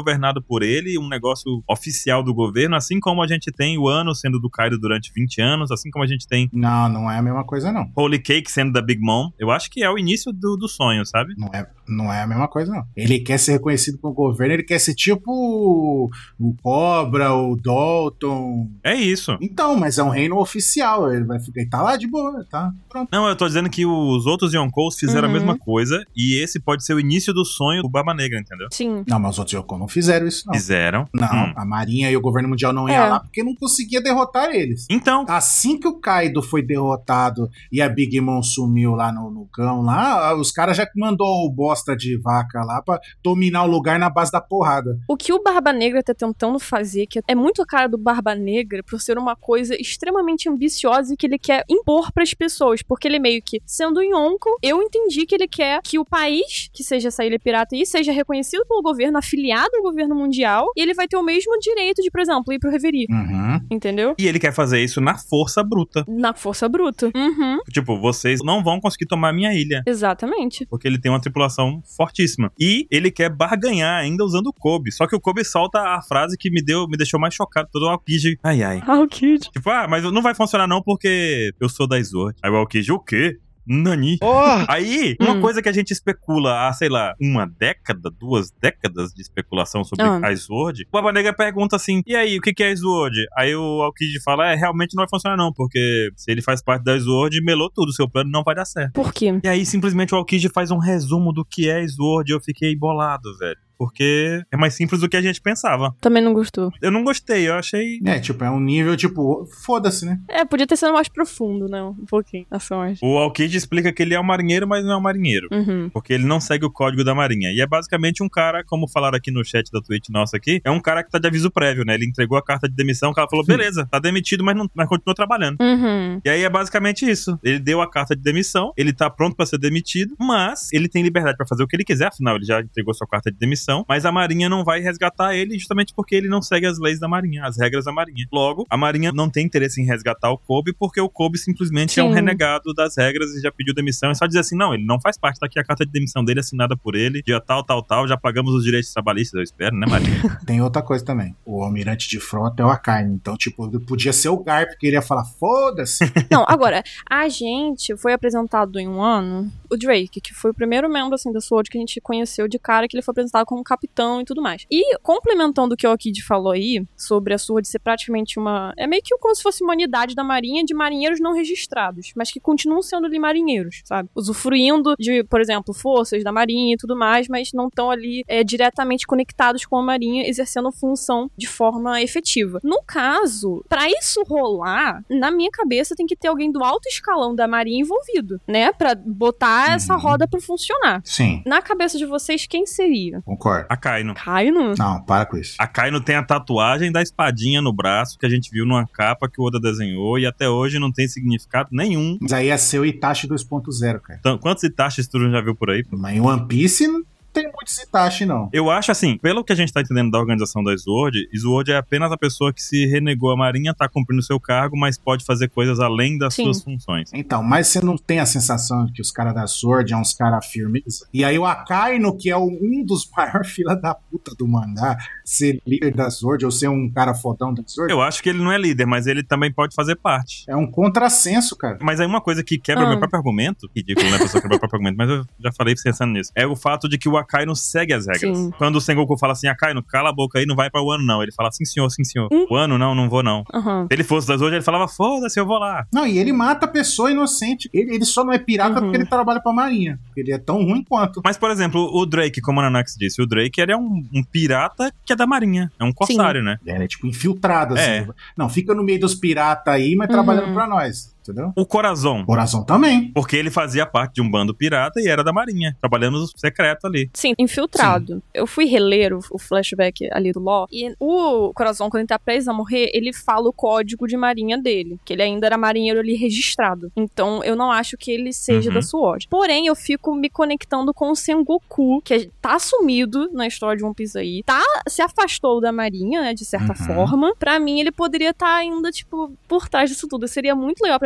governado por ele, um negócio oficial do governo, assim como a gente tem o Ano sendo do Kaido durante vinte anos, assim como a gente tem Não, não é a mesma coisa, não. Holy Cake sendo da Big Mom. Eu acho que é o início do, do sonho, sabe? Não é, não é a mesma coisa, não. Ele quer ser reconhecido pelo governo, ele quer ser tipo o, o Cobra, o Dalton. É isso. Então, mas é um reino oficial. Ele vai ficar, ele tá lá de boa, tá? Pronto. Não, eu tô dizendo que os outros Yonkous fizeram Uhum. a mesma coisa e esse pode ser o início do sonho do Barba Negra, entendeu? Sim. Não, mas os outros Yoko não fizeram isso, não. Fizeram. Não, Hum. a Marinha e o governo mundial não iam É. lá porque não conseguia derrotar eles. Então, Assim que o Kaido foi derrotado e a Big Mom sumiu lá no, no cão, lá, os caras já mandou o bosta de vaca lá pra dominar o lugar na base da porrada. O que o Barba Negra tá tentando fazer, que é muito a cara do Barba Negra, por ser uma coisa extremamente ambiciosa e que ele quer impor pras pessoas, porque ele meio que, sendo Yonko, eu entendi que ele quer que o país, que seja essa ilha pirata aí, seja reconhecido pelo governo, afiliado ao governo mundial, e ele vai ter o mesmo direito de, por exemplo, ir pro Reverie, Uhum. entendeu? e ele quer fazer isso na força bruta. Na força bruta. Uhum, Tipo, vocês não vão conseguir tomar minha ilha. exatamente. Porque ele tem uma tripulação fortíssima. E ele quer barganhar ainda usando o Kobe. Só que o Kobe solta a frase que me deu, me deixou mais chocado. Todo o Aokiji. Ai, ai. Ah, o Kid. Tipo, ah, mas não vai funcionar não porque eu sou da Sword. Aí o Aokiji, o quê? Nani. Oh! Aí, uma Hum. coisa que a gente especula há, sei lá, uma década, duas décadas de especulação sobre Ah. a Sword, o Barba Negra pergunta assim, e aí, o que que é a Sword? Aí o Aokiji fala, é, realmente não vai funcionar não, porque se ele faz parte da Sword, melou tudo, seu plano não vai dar certo. Por quê? E aí, simplesmente, o Aokiji faz um resumo do que é Sword e eu fiquei bolado, velho. Porque é mais simples do que a gente pensava. Também não gostou. Eu não gostei, eu achei... É, tipo, é um nível, tipo, foda-se, né? É, podia ter sido mais profundo, né? Um pouquinho, a sorte. O Aokiji explica que ele é um marinheiro, mas não é um marinheiro. Uhum. Porque ele não segue o código da marinha. E é basicamente um cara, como falaram aqui no chat da Twitch nossa aqui, é um cara que tá de aviso prévio, né? Ele entregou a carta de demissão, o cara falou, beleza, tá demitido, mas, não, mas continua trabalhando. Uhum. E aí é basicamente isso. Ele deu a carta de demissão, ele tá pronto pra ser demitido, mas ele tem liberdade pra fazer o que ele quiser, afinal ele já entregou sua carta de demissão, mas a marinha não vai resgatar ele justamente porque ele não segue as leis da marinha, as regras da marinha. Logo, a marinha não tem interesse em resgatar o Kobe porque o Kobe simplesmente Sim. é um renegado das regras e já pediu demissão. É só dizer assim, não, ele não faz parte, tá aqui a carta de demissão dele assinada por ele, dia tal, tal, tal, já pagamos os direitos trabalhistas, eu espero, né, marinha? Tem outra coisa também. O almirante de frota é o Akainu. Então, tipo, podia ser o Garp, que ele ia falar, foda-se. Não, agora, a gente foi apresentado em um ano, o Drake, que foi o primeiro membro, assim, da SWORD que a gente conheceu de cara, que ele foi apresentado como capitão e tudo mais. E, complementando o que o Aokiji falou aí, sobre a SWORD ser praticamente uma... É meio que como se fosse uma unidade da marinha de marinheiros não registrados, mas que continuam sendo ali marinheiros, sabe? Usufruindo de, por exemplo, forças da marinha e tudo mais, mas não estão ali é, diretamente conectados com a marinha, exercendo função de forma efetiva. No caso, pra isso rolar, na minha cabeça tem que ter alguém do alto escalão da marinha envolvido, né? Pra botar essa Uhum. roda pra funcionar. Sim, Na cabeça de vocês, quem seria? concordo. A Kaino. Kaino? Não, para com isso. A Kaino tem a tatuagem da espadinha no braço que a gente viu numa capa que o Oda desenhou e até hoje não tem significado nenhum. Mas aí ia ser o Itachi dois ponto zero, cara. Então, quantos Itachis tu já viu por aí? Mas em One Piece não tem muitos Itachi, não. Eu acho assim, pelo que a gente tá entendendo da organização da Sword, Sword é apenas a pessoa que se renegou a marinha, tá cumprindo seu cargo, mas pode fazer coisas além das Sim. suas funções. Então, mas você não tem a sensação de que os caras da Sword é uns caras firmes? E aí o Akainu, que é o- um dos maiores fila da puta do mangá, ser líder da Sword ou ser um cara fodão da Sword, Eu acho que ele não é líder, mas ele também pode fazer parte. é um contrassenso, cara. Mas aí uma coisa que quebra Ah. meu próprio argumento, ridículo, né, a pessoa quebrar o próprio argumento, mas eu já falei pensando nisso, é o fato de que o Akainu segue as regras. Sim. Quando o Sengoku fala assim, Akainu, cala a boca aí, não vai pra Wano não. Ele fala, sim senhor, sim senhor. Hum. Wano não, não vou não. Aham. Se ele fosse das hoje, ele falava, foda-se, eu vou lá. Não, e ele mata a pessoa inocente. Ele, ele só não é pirata Uhum. porque ele trabalha pra marinha. Porque ele é tão ruim quanto. Mas, por exemplo, o Drake, como a Nanax disse, o Drake ele é um, um pirata que é da marinha. É um corsário, né? Ele é tipo infiltrado, assim. É. Não, fica no meio dos piratas aí, mas Uhum. trabalhando pra nós. Entendeu? O Corazon. Coração também. Porque ele fazia parte de um bando pirata e era da marinha, trabalhando no secreto ali. Sim, infiltrado. Eu fui reler o, o flashback ali do Law, e o Corazon, quando ele tá preso a morrer, ele fala o código de marinha dele, que ele ainda era marinheiro ali registrado. Então, eu não acho que ele seja Uhum. da SWORD. Porém, eu fico me conectando com o Sengoku, que tá sumido na história de One Piece aí, tá, se afastou da marinha, né, de certa Uhum. forma. Pra mim, ele poderia estar ainda, tipo, por trás disso tudo. Seria muito legal pra mim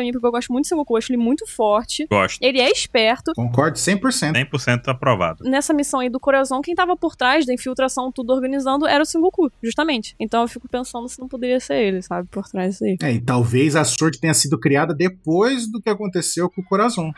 mim, porque eu gosto muito do Sengoku, eu acho ele muito forte. Gosto. Ele é esperto. Concordo cem por cento. cem por cento aprovado. Nessa missão aí do Corazon, quem tava por trás da infiltração, tudo organizando, era o Sengoku, justamente. Então eu fico pensando se não poderia ser ele, sabe, por trás disso aí. É, e talvez a Sword tenha sido criada depois do que aconteceu com o Corazon.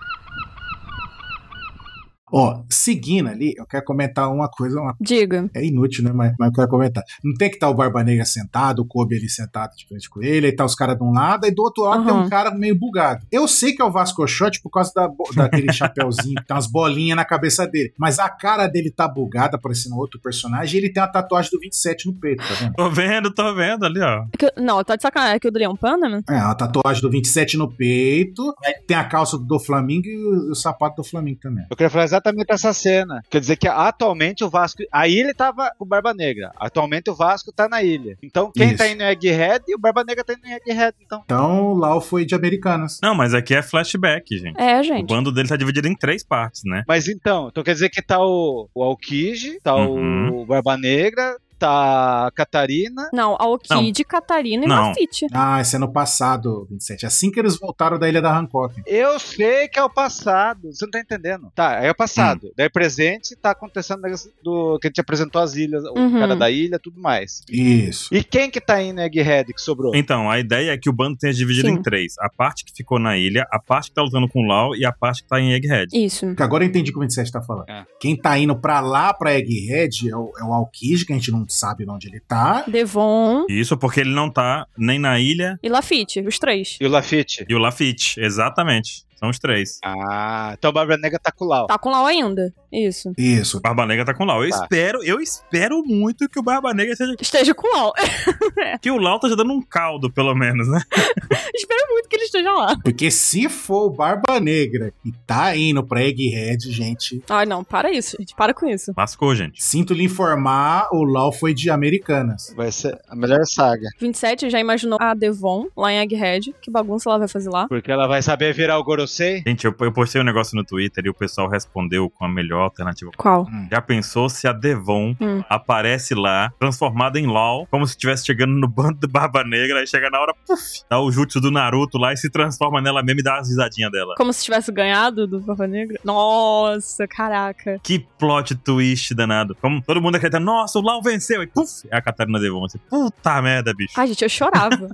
Ó, seguindo ali, eu quero comentar uma coisa, uma... Diga. é inútil, né, mas, mas eu quero comentar. Não tem que estar o Barba Negra sentado, o Kobe ali sentado de frente com ele, aí tá os caras de um lado, e do outro lado Uhum. tem um cara meio bugado. Eu sei que é o Vasco Shot por causa da, daquele chapéuzinho, que tem umas bolinhas na cabeça dele, mas a cara dele tá bugada, parecendo outro personagem, e ele tem uma tatuagem do vinte e sete no peito, tá vendo? Tô vendo, tô vendo ali, ó. É que- não, tá de sacanagem. É que o dele é um panda, né? É, uma tatuagem do vinte e sete no peito, aí tem a calça do Flamengo e o, o sapato do Flamengo também. Eu queria falar exatamente essa cena. Quer dizer que atualmente o Vasco... Aí ele tava com o Barba Negra. Atualmente o Vasco tá na ilha. Então quem Isso. tá indo no Egghead e o Barba Negra tá indo no Egghead, então. Então, o Lau foi de Americanas. Não, mas aqui é flashback, gente. É, O gente. bando dele tá dividido em três partes, né? Mas então, então quer dizer que tá o, o Aokiji, tá Uhum. o Barba Negra, tá a Catarina. Não, a Okid, Catarina e Não. Lafitte. Ah, esse é no passado, vinte e sete. Assim que eles voltaram da Ilha da Hancock. Eu sei que é o passado, você não tá entendendo. Tá, é o passado. Hum. Daí presente tá acontecendo negócio do que a gente apresentou as ilhas, o Uhum. cara da ilha, tudo mais. Isso. E quem que tá indo no Egghead que sobrou? Então, a ideia é que o bando tenha dividido Sim. em três. A parte que ficou na ilha, a parte que tá lutando com o Lau e a parte que tá em Egghead. Isso. Porque agora eu entendi o que o vinte e sete tá falando. É. Quem tá indo pra lá, pra Egghead, é o, é o Aokiji, que a gente não sabe onde ele tá. Devon Isso porque ele não tá nem na ilha e Lafitte, os três. E o Lafitte? e o Lafitte. Exatamente. São os três. Ah, então o Barba Negra tá com o Lau. Tá com Lau ainda. Isso. Isso. Barba Negra tá com o Lau. Eu Tá. espero, eu espero muito que o Barba Negra seja... Esteja com Lau. Que o Lau esteja dando um caldo, pelo menos, né? Espero muito que ele esteja lá. Porque se for o Barba Negra e tá indo pra Egghead, gente, Ai, não, para isso, gente. Para com isso. Lascou, gente. sinto lhe informar, o Lau foi de Americanas. Vai ser a melhor saga. vinte e sete já imaginou a Devon lá em Egghead. Que bagunça ela vai fazer lá? Porque ela vai saber virar o Gorosei. Gente, eu, eu postei um negócio no Twitter e o pessoal respondeu com a melhor alternativa. Qual? Já pensou se a Devon Hum. aparece lá, transformada em Lau, como se estivesse chegando no bando do Barba Negra, aí chega na hora, puf, dá o jutsu do Naruto lá e se transforma nela mesmo e dá as risadinhas dela. Como se tivesse ganhado do Barba Negra? Nossa, caraca. Que plot twist danado. Como todo mundo acredita, nossa, o Lau venceu, e puf, é a Catarina Devon. Assim, puta merda, bicho. Ai, gente, eu chorava.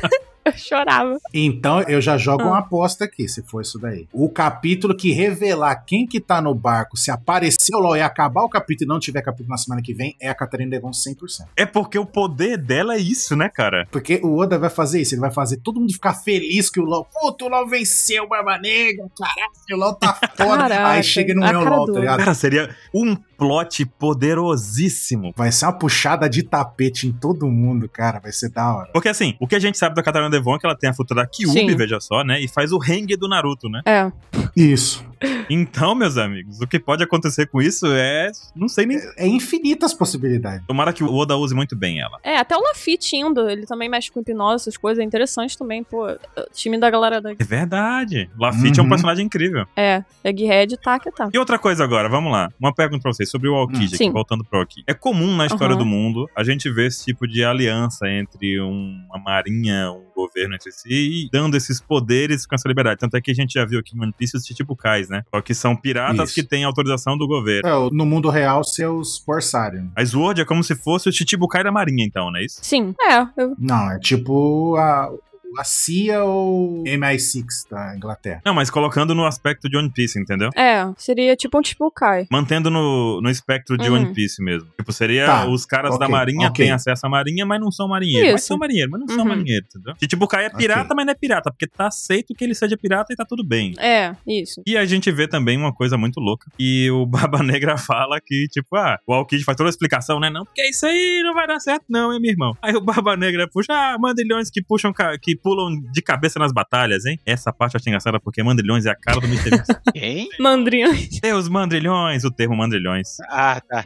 Eu chorava. Então eu já jogo Ah. uma aposta aqui, se for isso daí. O capítulo que revelar quem que tá no barco, se aparecer o Lau e acabar o capítulo e não tiver capítulo na semana que vem, é a Catarina Devon cem por cento. É porque o poder dela é isso, né, cara? Porque o Oda vai fazer isso, ele vai fazer todo mundo ficar feliz que o Lau, puta, o Lau venceu o Barba Negra, caralho, o Lau tá foda. Caraca, Aí chega e não a é o cara Lau, do- tá ligado? Cara, seria um plot poderosíssimo. Vai ser uma puxada de tapete em todo mundo, cara, vai ser da hora. Porque assim, o que a gente sabe da Catarina Devon é que ela tem a fruta da Kyuubi, Sim. veja só, né? E faz o Henge do Naruto, né? É. Isso. Então, meus amigos, o que pode acontecer com isso é... Não sei nem... É infinitas possibilidades. Tomara que o Oda use muito bem ela. É, até o Lafitte indo, ele também mexe com hipnose, essas coisas, é interessante também, pô. O time da galera da... É verdade. Lafitte é um Uhum. personagem incrível. É, Egghead tá que tá. E outra coisa agora, vamos lá. Uma pergunta pra vocês sobre o Aokiji, aqui, Sim. voltando pro Aokiji. É comum na história Aham. do mundo a gente ver esse tipo de aliança entre um- uma marinha, um governo entre si, e dando esses poderes com essa liberdade. Tanto é que a gente já viu aqui no One Piece os Chichibukais, né? Só que são piratas Isso. que têm autorização do governo. É, no mundo real, seus corsários. A Sword é como se fosse o Chichibukai da marinha, então, não é isso? Sim, é. Eu... Não, é tipo a, a C I A ou M I seis da Inglaterra. Não, mas colocando no aspecto de One Piece, entendeu? É, seria tipo um tipo Kai. Mantendo no, no espectro de Uhum. One Piece mesmo. Tipo, seria Tá, os caras da ok, marinha ok. têm acesso à marinha, mas não são marinheiros. Mas Isso. são marinheiros, mas não são Uhum. marinheiros, entendeu? Chichibukai é pirata, Ok. mas não é pirata, porque tá aceito que ele seja pirata e tá tudo bem. É, isso. E a gente vê também uma coisa muito louca, que o Barba Negra fala que, tipo, ah, o Aokiji faz toda a explicação, né? Não, porque isso aí não vai dar certo não, hein, meu irmão? Aí o Barba Negra puxa, ah, mandrilhões que puxam, ca- que pulam de cabeça nas batalhas, hein? Essa parte eu acho engraçada, porque mandrilhões é a cara do mister Beast. Quem? Mandrinhões. Deus, mandrilhões, o termo mandrilhões. Ah, tá.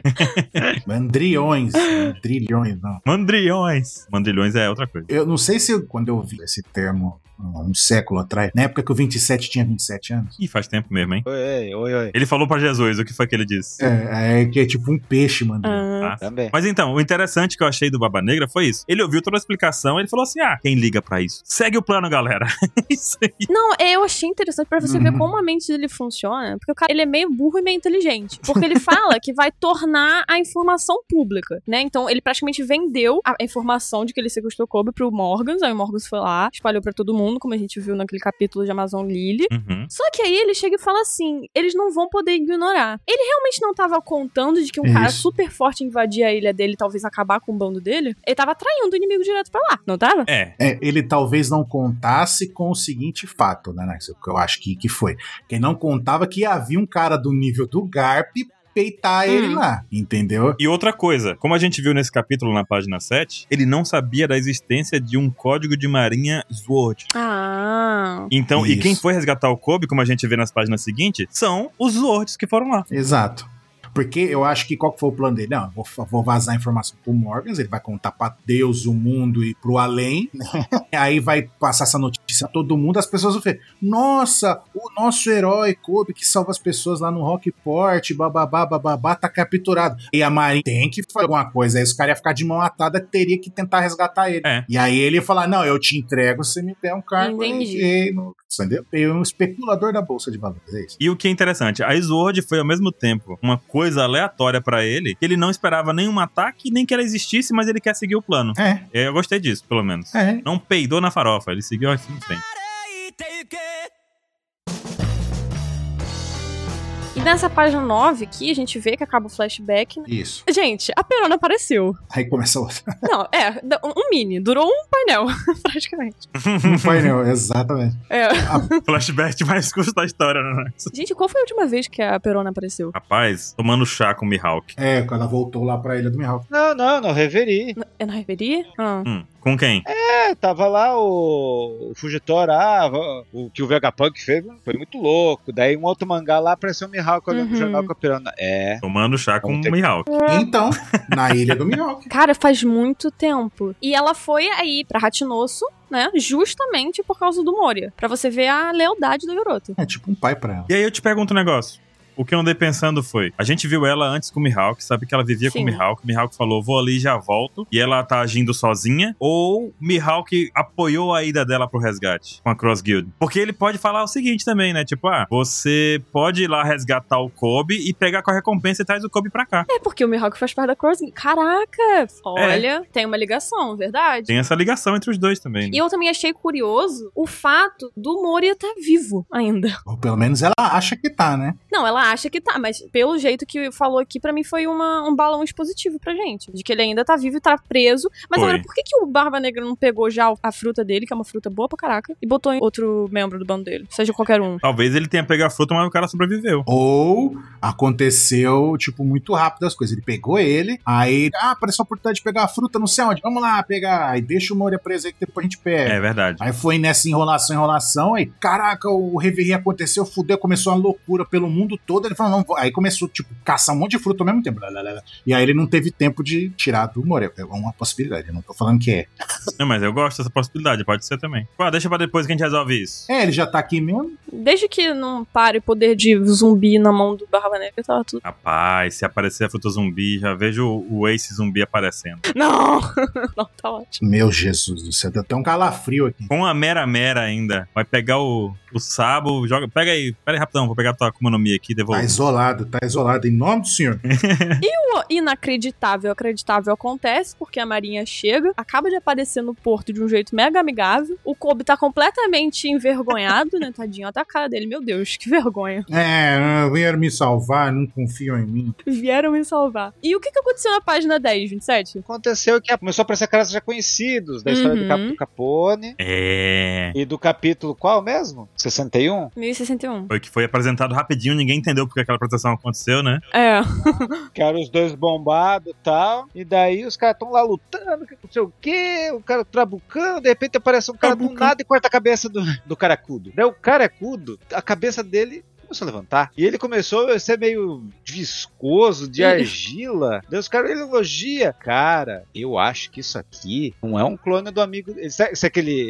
Mandriões. Mandrilhões, não. Mandrilhões. Mandrilhões é outra coisa. Eu não sei se quando eu vi esse termo um século atrás, na época que o vinte e sete tinha vinte e sete anos. Ih, faz tempo mesmo, hein? Oi, oi, oi. Ele falou pra Jesus, o que foi que ele disse? É, é que é tipo um peixe, mano. Ah. Ah, Também. Mas então, o interessante que eu achei do Barba Negra foi isso. Ele ouviu toda a explicação, ele falou assim, ah, quem liga pra isso? Segue o plano, galera. Isso aí. Não, eu achei interessante pra você Uhum. ver como a mente dele funciona, porque o cara, ele é meio burro e meio inteligente, porque ele fala que vai tornar a informação pública, né? Então, ele praticamente vendeu a informação de que ele sequestrou o Kobe pro Morgans, aí o Morgans foi lá, espalhou pra todo mundo, como a gente viu naquele capítulo de Amazon Lily. Uhum. Só que aí ele chega e fala assim, eles não vão poder ignorar. Ele realmente não tava contando de que um Isso. cara super forte invadir a ilha dele, talvez acabar com o bando dele? Ele tava atraindo o inimigo direto pra lá, não tava? É. É, ele talvez não contasse com o seguinte fato, né, né? Que eu acho que, que foi. Que ele não contava que havia um cara do nível do Garp peitar ele Hum. lá, entendeu? E outra coisa, como a gente viu nesse capítulo na página sete, ele não sabia da existência de um código de marinha Sword. Ah... Então, e Isso. quem foi resgatar o Kobe, como a gente vê nas páginas seguintes, são os Zords que foram lá. Exato. Porque eu acho que qual que foi o plano dele? Não, eu vou, vou vazar a informação pro Morgans, ele vai contar pra Deus, o mundo e pro além. Aí vai passar essa notícia a todo mundo, as pessoas vão ver, nossa, o nosso herói Kobe que salva as pessoas lá no Rockport, bababá, bababá, tá capturado. E a Marinha tem que fazer alguma coisa, aí os caras iam ficar de mão atada, teria que tentar resgatar ele. É. E aí ele ia falar, não, eu te entrego, você me der um cargo. Entendi. aí, no- entendeu? Eu um especulador da Bolsa de Valores, é isso. E o que é interessante, a Sword foi ao mesmo tempo uma coisa aleatória pra ele, que ele não esperava nenhum ataque, nem que ela existisse, mas ele quer seguir o plano. É, Eu gostei disso, pelo menos. é. Não peidou na farofa, ele seguiu assim em frente. E nessa página nove aqui, a gente vê que acaba o flashback, né? Isso. Gente, a Perona apareceu. Aí começa outra. Não, é, um mini. Durou um painel, praticamente. Um painel, exatamente. É. Flashback mais curto da história, né? Gente, qual foi a última vez que a Perona apareceu? Rapaz, tomando chá com o Mihawk. É, quando ela voltou lá pra ilha do Mihawk. Não, não, não reveri. É na Reverie? Ah. Hum, com quem? É, tava lá o, o Fugitora, ah, o que o Vegapunk fez foi muito louco. Daí um outro mangá lá apareceu o Mihawk olhando Uhum. o jornal com a Pirana. É. Tomando chá com Vamos o ter que- Mihawk. Então, na ilha do Mihawk. Cara, faz muito tempo. E ela foi aí pra Ratinosso, né? Justamente por causa do Moria. Pra você ver a lealdade do garoto. É tipo um pai pra ela. E aí eu te pergunto um negócio. O que eu andei pensando foi, a gente viu ela antes com o Mihawk, sabe que ela vivia Sim. com o Mihawk, o Mihawk falou, vou ali e já volto, e ela tá agindo sozinha, ou Mihawk apoiou a ida dela pro resgate com a Cross Guild? Porque ele pode falar o seguinte também, né, tipo, ah, você pode ir lá resgatar o Kobe e pegar com a recompensa e traz o Kobe pra cá. É porque o Mihawk faz parte da Cross. Caraca! Olha, tem uma ligação, verdade? Tem essa ligação entre os dois também, né? E eu também achei curioso o fato do Moria tá vivo ainda. Ou pelo menos ela acha que tá, né? Não, ela acha que tá, mas pelo jeito que falou aqui, pra mim foi uma, um balão expositivo pra gente. De que ele ainda tá vivo e tá preso. Mas Foi. agora, por que, que o Barba Negra não pegou já a fruta dele, que é uma fruta boa pra caraca, e botou em outro membro do bando dele? Seja qualquer um. Talvez ele tenha pegado a fruta, mas o cara sobreviveu. Ou aconteceu, tipo, muito rápido as coisas. Ele pegou ele, aí, ah, apareceu a oportunidade de pegar a fruta, não sei onde. Vamos lá pegar. Aí deixa o Moria preso aí que depois a gente pega. É verdade. Aí foi nessa enrolação, enrolação, aí, caraca, o Reverie aconteceu, fudeu, começou uma loucura pelo mundo todo. Ele falou, não, vou. Aí começou, tipo, caçar um monte de fruta ao mesmo tempo. Lá, lá, lá, lá. E aí ele não teve tempo de tirar do Moria. É uma possibilidade, eu não tô falando que é. Não, mas eu gosto dessa possibilidade, pode ser também. Pô, deixa pra depois que a gente resolve isso. É, ele já tá aqui mesmo. Desde que não pare o poder de zumbi na mão do Barba Negra, tava tudo. Rapaz, se aparecer a fruta zumbi, já vejo o, o Ace zumbi aparecendo. Não! Não, tá ótimo. Meu Jesus do céu, deu até um calafrio aqui. Com a Mera Mera ainda. Vai pegar o, o Sabo, joga. Pega aí, pera aí rapidão, vou pegar a tua Akuma no Mi aqui e Tá devolver. isolado, tá isolado, em nome do senhor. O inacreditável, acreditável acontece porque a Marinha chega, acaba de aparecer no porto de um jeito mega amigável. O Kobe tá completamente envergonhado, né? Tadinho, até a cara dele. Meu Deus, que vergonha. É, vieram me salvar, não confiam em mim. Vieram me salvar. E o que que aconteceu na página dez, vinte e sete? Aconteceu que começou a aparecer caras já conhecidos da história Uhum. do, Cap do Capone É. e do capítulo qual mesmo? sessenta e um? mil e sessenta e um. Foi que foi apresentado rapidinho, ninguém entendeu porque aquela apresentação aconteceu, né? É. Que eram os dois bombados e tal. E daí os caras estão lá lutando, que não sei o quê, o cara trabucando, de repente aparece um cara do Trabucando. nada e corta a cabeça do, do caracudo. Daí o caracudo, a cabeça dele começou a levantar. E ele começou a ser meio viscoso, de argila. Daí os caras, ele elogia. Cara, eu acho que isso aqui não é um clone do amigo. Isso é, isso é aquele. O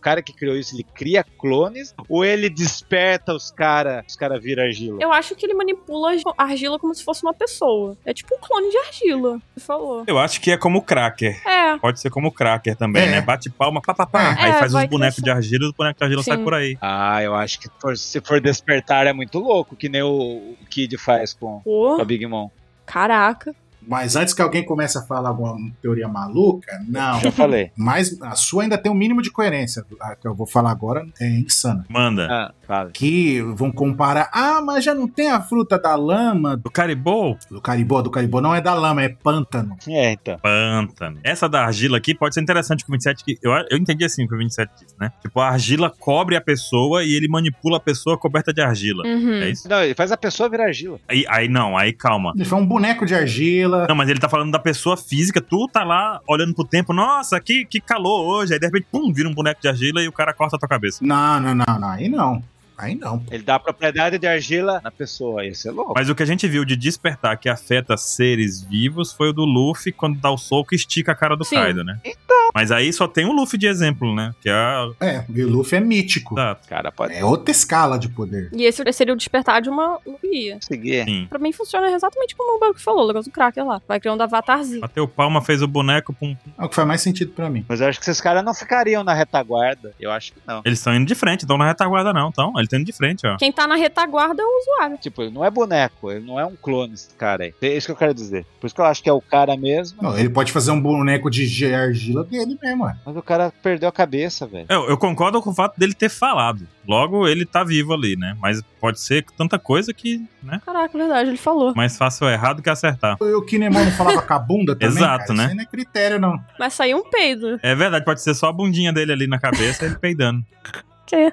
cara que criou isso, ele cria clones ou ele desperta os caras, os caras viram argila? Eu acho que ele manipula a argila como se fosse uma pessoa. É tipo um clone de argila, você falou. Eu acho que é como o Cracker. É. Pode ser como o Cracker também, É. né? Bate palma, pá, pá, pá. É, Aí faz os vai bonecos crescer. de argila e os bonecos de argila Sim. saem por aí. Ah, eu acho que for- se for despertar é muito louco, que nem o, o Kid faz com, Pô, com a Big Mom. caraca. Mas antes que alguém comece a falar alguma teoria maluca, não. Já falei. Mas a sua ainda tem um mínimo de coerência. A que eu vou falar agora é insana. Manda. Ah, fala. Que vão comparar. Ah, mas já não tem a fruta da lama Do Caribou, do caribó. Do caribó não é da lama, é pântano. É, então. pântano. Essa da argila aqui pode ser interessante com o vinte e sete, que eu, eu entendi assim o que o vinte e sete disse, né? Tipo, a argila cobre a pessoa e ele manipula a pessoa coberta de argila. Uhum. É isso? Não, ele faz a pessoa virar argila. Aí, aí não, aí calma. Ele foi um boneco de argila. Não, mas ele tá falando da pessoa física, tu tá lá olhando pro tempo, nossa, que, que calor hoje, aí de repente, pum, vira um boneco de argila e o cara corta a tua cabeça. Não, não, não, não. Aí não. Aí não. Ele dá a propriedade de argila na pessoa. Isso é louco. Mas o que a gente viu de despertar que afeta seres vivos foi o do Luffy quando dá o soco e estica a cara do Sim. Kaido, né? Mas aí só tem o Luffy de exemplo, né? Que é a... É, e o Luffy é mítico. Exato. Cara, pode É outra escala de poder. E esse seria o despertar de uma guia. conseguir. Sim. Pra mim funciona exatamente como o Baruch falou, o negócio do Cracker lá. Vai criando avatarzinho. Bateu palma, fez o boneco, pum, pum. É o que faz mais sentido pra mim. Mas eu acho que esses caras não ficariam na retaguarda. Eu acho que não. Eles estão indo de frente, estão na retaguarda não, então. Eles estão indo de frente, ó. Quem tá na retaguarda é o usuário. Tipo, ele não é boneco, ele não é um clone esse cara aí. É isso que eu quero dizer. Por isso que eu acho que é o cara mesmo. Não, ele pode fazer um boneco de argila dele mesmo, ué. Mas o cara perdeu a cabeça, velho. Eu, eu concordo com o fato dele ter falado. Logo, ele tá vivo ali, né? Mas pode ser tanta coisa que, né? Caraca, verdade, ele falou. Mais fácil errado que acertar. O Kinemon não falava com a bunda também, Exato, cara? né? Isso aí não é critério, não. Mas saiu um peido. É verdade, pode ser só a bundinha dele ali na cabeça e ele peidando. Que?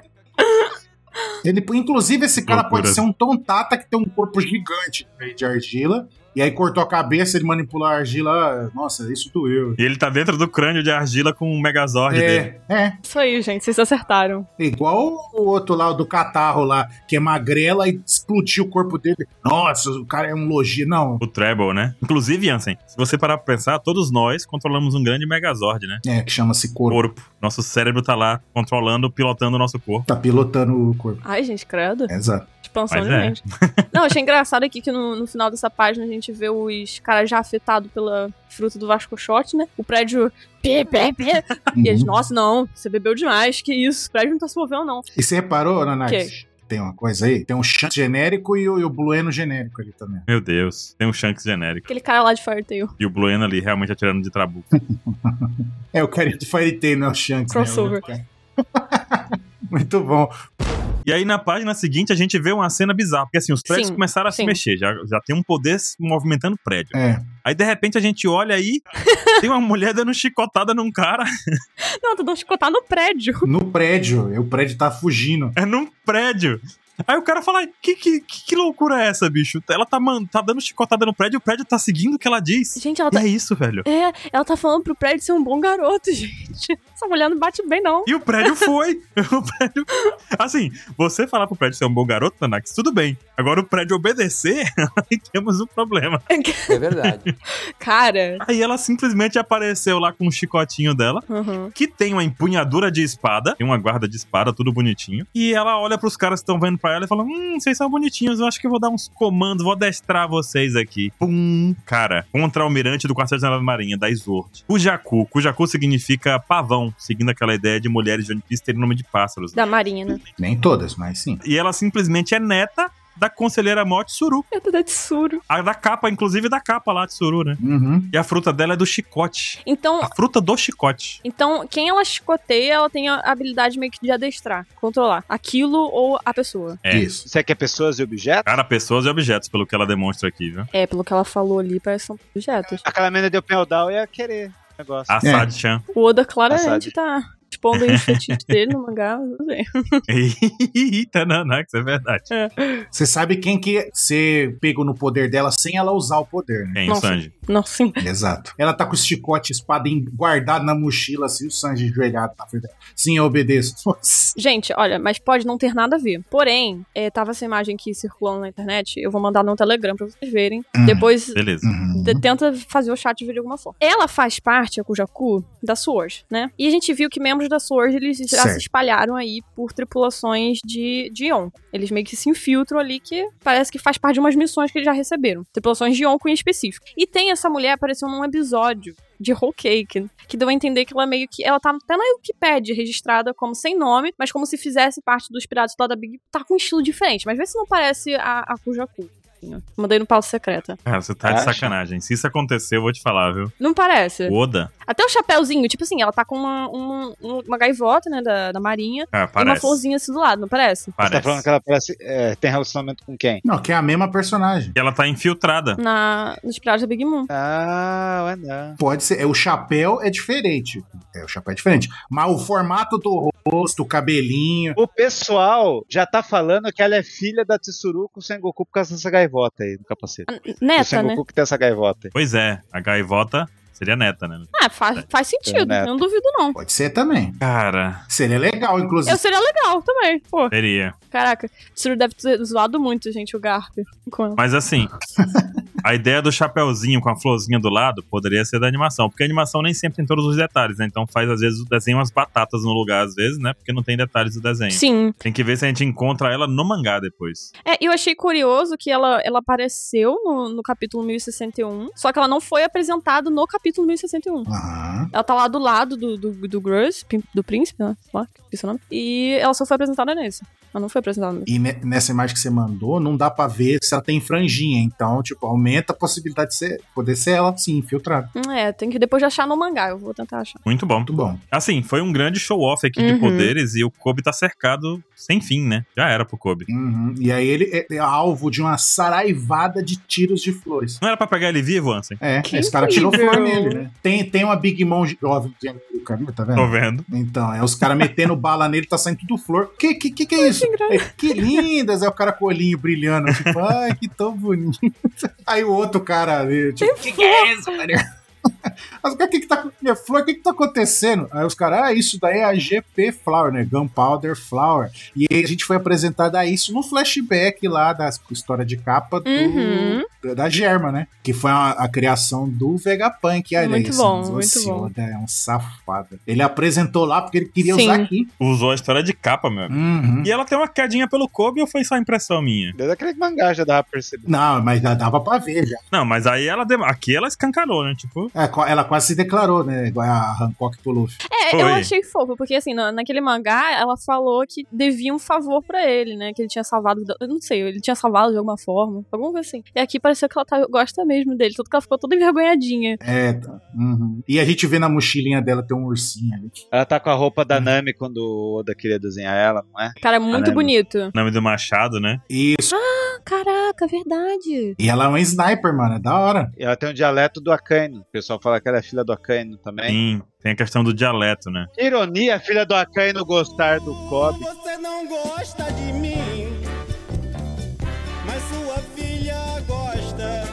Ele, inclusive, esse cara Loucura. pode ser um tontata que tem um corpo gigante meio de argila. E aí cortou a cabeça, ele manipulou a argila. Nossa, isso doeu. E ele tá dentro do crânio de argila com um megazord dele. É, é. Isso aí, gente, vocês acertaram. Igual o outro lá, o do catarro lá, que é magrela e explodiu o corpo dele. Nossa, o cara é um logia. Não. O Treble, né? Inclusive, Ansem, se você parar pra pensar, todos nós controlamos um grande megazord, né? É, que chama-se corpo. Corpo. Nosso cérebro tá lá controlando, pilotando o nosso corpo. Tá pilotando o corpo. Ai, gente, credo. Exato. Expansão Mas de é. mente. Não, achei engraçado aqui que no, no final dessa página a gente vê os caras já afetados pela fruta do Vasco Shot, né? O prédio. Pê, pê, pê. E eles, nossa, não, você bebeu demais, que isso? O prédio não tá se movendo, não. E você reparou, Nanai? Que? Tem uma coisa aí? Tem um Shanks genérico e o, e o Blueno genérico ali também. Meu Deus. Tem um Shanks genérico. Aquele cara lá de Firetail. E o Blueno ali realmente atirando de trabuco. É, o carinha de Fairy Tail, não é o Shanks. Crossover. Né? Muito bom. E aí, na página seguinte, a gente vê uma cena bizarra. Porque assim, os prédios Sim, começaram a sim. se mexer. Já, já tem um poder se movimentando o prédio. É. Aí, de repente, a gente olha aí, tem uma mulher dando chicotada num cara. Não, tá dando chicotar no prédio. No prédio. E o prédio tá fugindo. É num prédio. Aí o cara fala, que, que, que loucura é essa, bicho? Ela tá, man, tá dando chicotada no prédio e o prédio tá seguindo o que ela diz. Gente, ela E tá. é isso, velho. É, ela tá falando pro prédio ser um bom garoto, gente. Essa mulher não bate bem, não. E o prédio foi. O prédio... Assim, você falar pro prédio ser um bom garoto, Nanax, tudo bem. Agora o prédio obedecer, aí temos um problema. É verdade. Cara. Aí ela simplesmente apareceu lá com um chicotinho dela, Uhum. que tem uma empunhadura de espada, tem uma guarda de espada, tudo bonitinho. E ela olha pros caras que estão vendo pra ela e fala, hum, vocês são bonitinhos, eu acho que eu vou dar uns comandos, vou adestrar vocês aqui. Pum, cara, contra-almirante do Quartel-General da Marinha, da Sword. Kujaku, Kujaku significa pavão, seguindo aquela ideia de mulheres de One Piece terem nome de pássaros. Da Marinha, né? Nem todas, mas sim. E ela simplesmente é neta da conselheira Mó Tsuru. É da Tsuru. A da capa, inclusive da capa lá, Tsuru, né? Uhum. E a fruta dela é do chicote. Então, A fruta do chicote. então, quem ela chicoteia, ela tem a habilidade meio que de adestrar, controlar aquilo ou a pessoa. É. Isso. Você quer pessoas e objetos? Cara, pessoas e objetos, pelo que ela demonstra aqui, viu? É, pelo que ela falou ali, parece que são objetos. Aquela menina deu Penodal ia querer o negócio. A É. Sad-chan. O Oda claramente Assad. tá expondo aí os fetiches dele no mangá, tudo bem. Eita, Nanax, é verdade. Você sabe quem que ser pego no poder dela sem ela usar o poder, né? Quem, o Nossa. Sanji? Nossa, sim. Exato. Ela tá com o chicote, espada em- guardado na mochila, assim, o Sanji enjoelhado na frente dela. Sim, eu obedeço. Nossa. Gente, olha, mas pode não ter nada a ver. Porém, é, tava essa imagem aqui circulando na internet, eu vou mandar no Telegram pra vocês verem. Hum. Depois Beleza. Uhum. de- tenta fazer o chat ver de alguma forma. Ela faz parte, a Kujaku, da Sword, né? E a gente viu que membros da Sword, eles já Certo. se espalharam aí por tripulações de, de Yonko. Eles meio que se infiltram ali, que parece que faz parte de umas missões que eles já receberam. Tripulações de Yonko em específico. E tem essa mulher apareceu num episódio de Whole Cake, que deu a entender que ela meio que... Ela tá até na Wikipedia registrada como sem nome, mas como se fizesse parte dos piratas lá da Big... Tá com um estilo diferente, mas vê se não parece a, a Kujaku. Mandei no pauta secreta. Cara, você tá de Acha? sacanagem. Se isso acontecer, eu vou te falar, viu? Não parece? O Oda. Até o chapéuzinho, tipo assim, ela tá com uma, uma, uma gaivota, né, da, da marinha, Ah, e uma parece. florzinha assim do lado, não parece? Você Parece. tá falando que ela parece, é, tem relacionamento com quem? Não, que é a mesma personagem. E ela tá infiltrada. Na, nos piratas da Big Moon. Ah, ué, não. Pode ser. É, o chapéu é diferente. É, o chapéu é diferente. Mas o formato do rosto, o cabelinho. O pessoal já tá falando que ela é filha da Tsuru com o Sengoku por causa dessa gaivota aí no capacete. o Neta, Sengoku né? que tem essa gaivota aí. Pois é, a gaivota seria neta, né? Ah, faz, faz sentido. Neta. Eu não duvido, não. Pode ser também. Cara, Seria legal, inclusive. Eu seria legal também, pô. seria. Caraca, Tsuru deve ter zoado muito, gente, o Garp. Com ela. Mas assim, a ideia do chapeuzinho com a florzinha do lado poderia ser da animação, porque a animação nem sempre tem todos os detalhes, né? Então faz, às vezes, o desenho umas batatas no lugar, às vezes, né? Porque não tem detalhes do desenho. Sim. Tem que ver se a gente encontra ela no mangá depois. É, eu achei curioso que ela, ela apareceu no, no capítulo mil e sessenta e um, só que ela não foi apresentada no capítulo mil e sessenta e um. Aham. Ela tá lá do lado do, do, do Gruz, do príncipe, né? Sei lá, que é o nome. E ela só foi apresentada nesse. Ela não foi apresentada nesse. E ne- nessa imagem que você mandou, não dá pra ver se ela tem franjinha. Então, tipo, aumenta a possibilidade de ser, poder ser ela, sim, infiltrada. Hum, É, tem que depois de achar no mangá. Eu vou tentar achar. Muito bom. Muito bom. Assim, foi um grande show-off aqui de Uhum. poderes e o Kobe tá cercado sem fim, né? Já era pro Kobe. Uhum. E aí ele é, é alvo de uma saraivada de tiros de flores. Não era pra pegar ele vivo, Ansem? É, Que esse cara tirou incrível. flor nele, né? Tem, tem uma Big Mom jovem dentro do caminho, tá vendo? Tô vendo. Então, é os caras metendo bala nele, tá saindo tudo flor. Que que, que, que é isso? É, que lindas! É o cara com o olhinho brilhando, tipo, ai, que tão bonito. Aí o outro cara ali, tipo, que que é isso, cara? Mas o que que tá, minha flor, o que que tá acontecendo? Aí os caras, ah, isso daí é a G P Flower, né? Gunpowder Flower. E aí a gente foi apresentado a isso no flashback lá da história de capa do, Uhum. da, da Germa, né? Que foi a, a criação do Vegapunk. Olha Muito isso, bom, mas o muito bom. Oda é um safado. Ele apresentou lá porque ele queria Sim. usar aqui. Usou a história de capa, meu. Uhum. E ela tem uma quedinha pelo Kobe ou foi só impressão minha? Desde aquele mangá já dava pra perceber. Não, mas já dava pra ver já. Não, mas aí ela deu- aqui ela escancarou, né? Tipo, É, qu- ela quase se declarou, né? Igual a Hancock pro Luffy. É, Foi. eu achei fofo, porque assim, na, naquele mangá, ela falou que devia um favor pra ele, né? Que ele tinha salvado. Eu não sei, ele tinha salvado de alguma forma. Alguma coisa assim. E aqui pareceu que ela tá, gosta mesmo dele, tanto que ela ficou toda envergonhadinha. É, tá. Uhum. E a gente vê na mochilinha dela tem um ursinho ali. Ela tá com a roupa da Nami quando o Oda queria desenhar ela, não é? Cara, muito Caramba. bonito. nome do Machado, né? Isso. Ah, caraca, verdade. E ela é um sniper, mano. É da hora. E ela tem um dialeto do Akainu. O pessoal fala que ela é filha do Akainu também. Sim, tem a questão do dialeto, né? Que ironia, a filha do Akainu gostar do Kobe. Você não gosta de mim, mas sua filha gosta.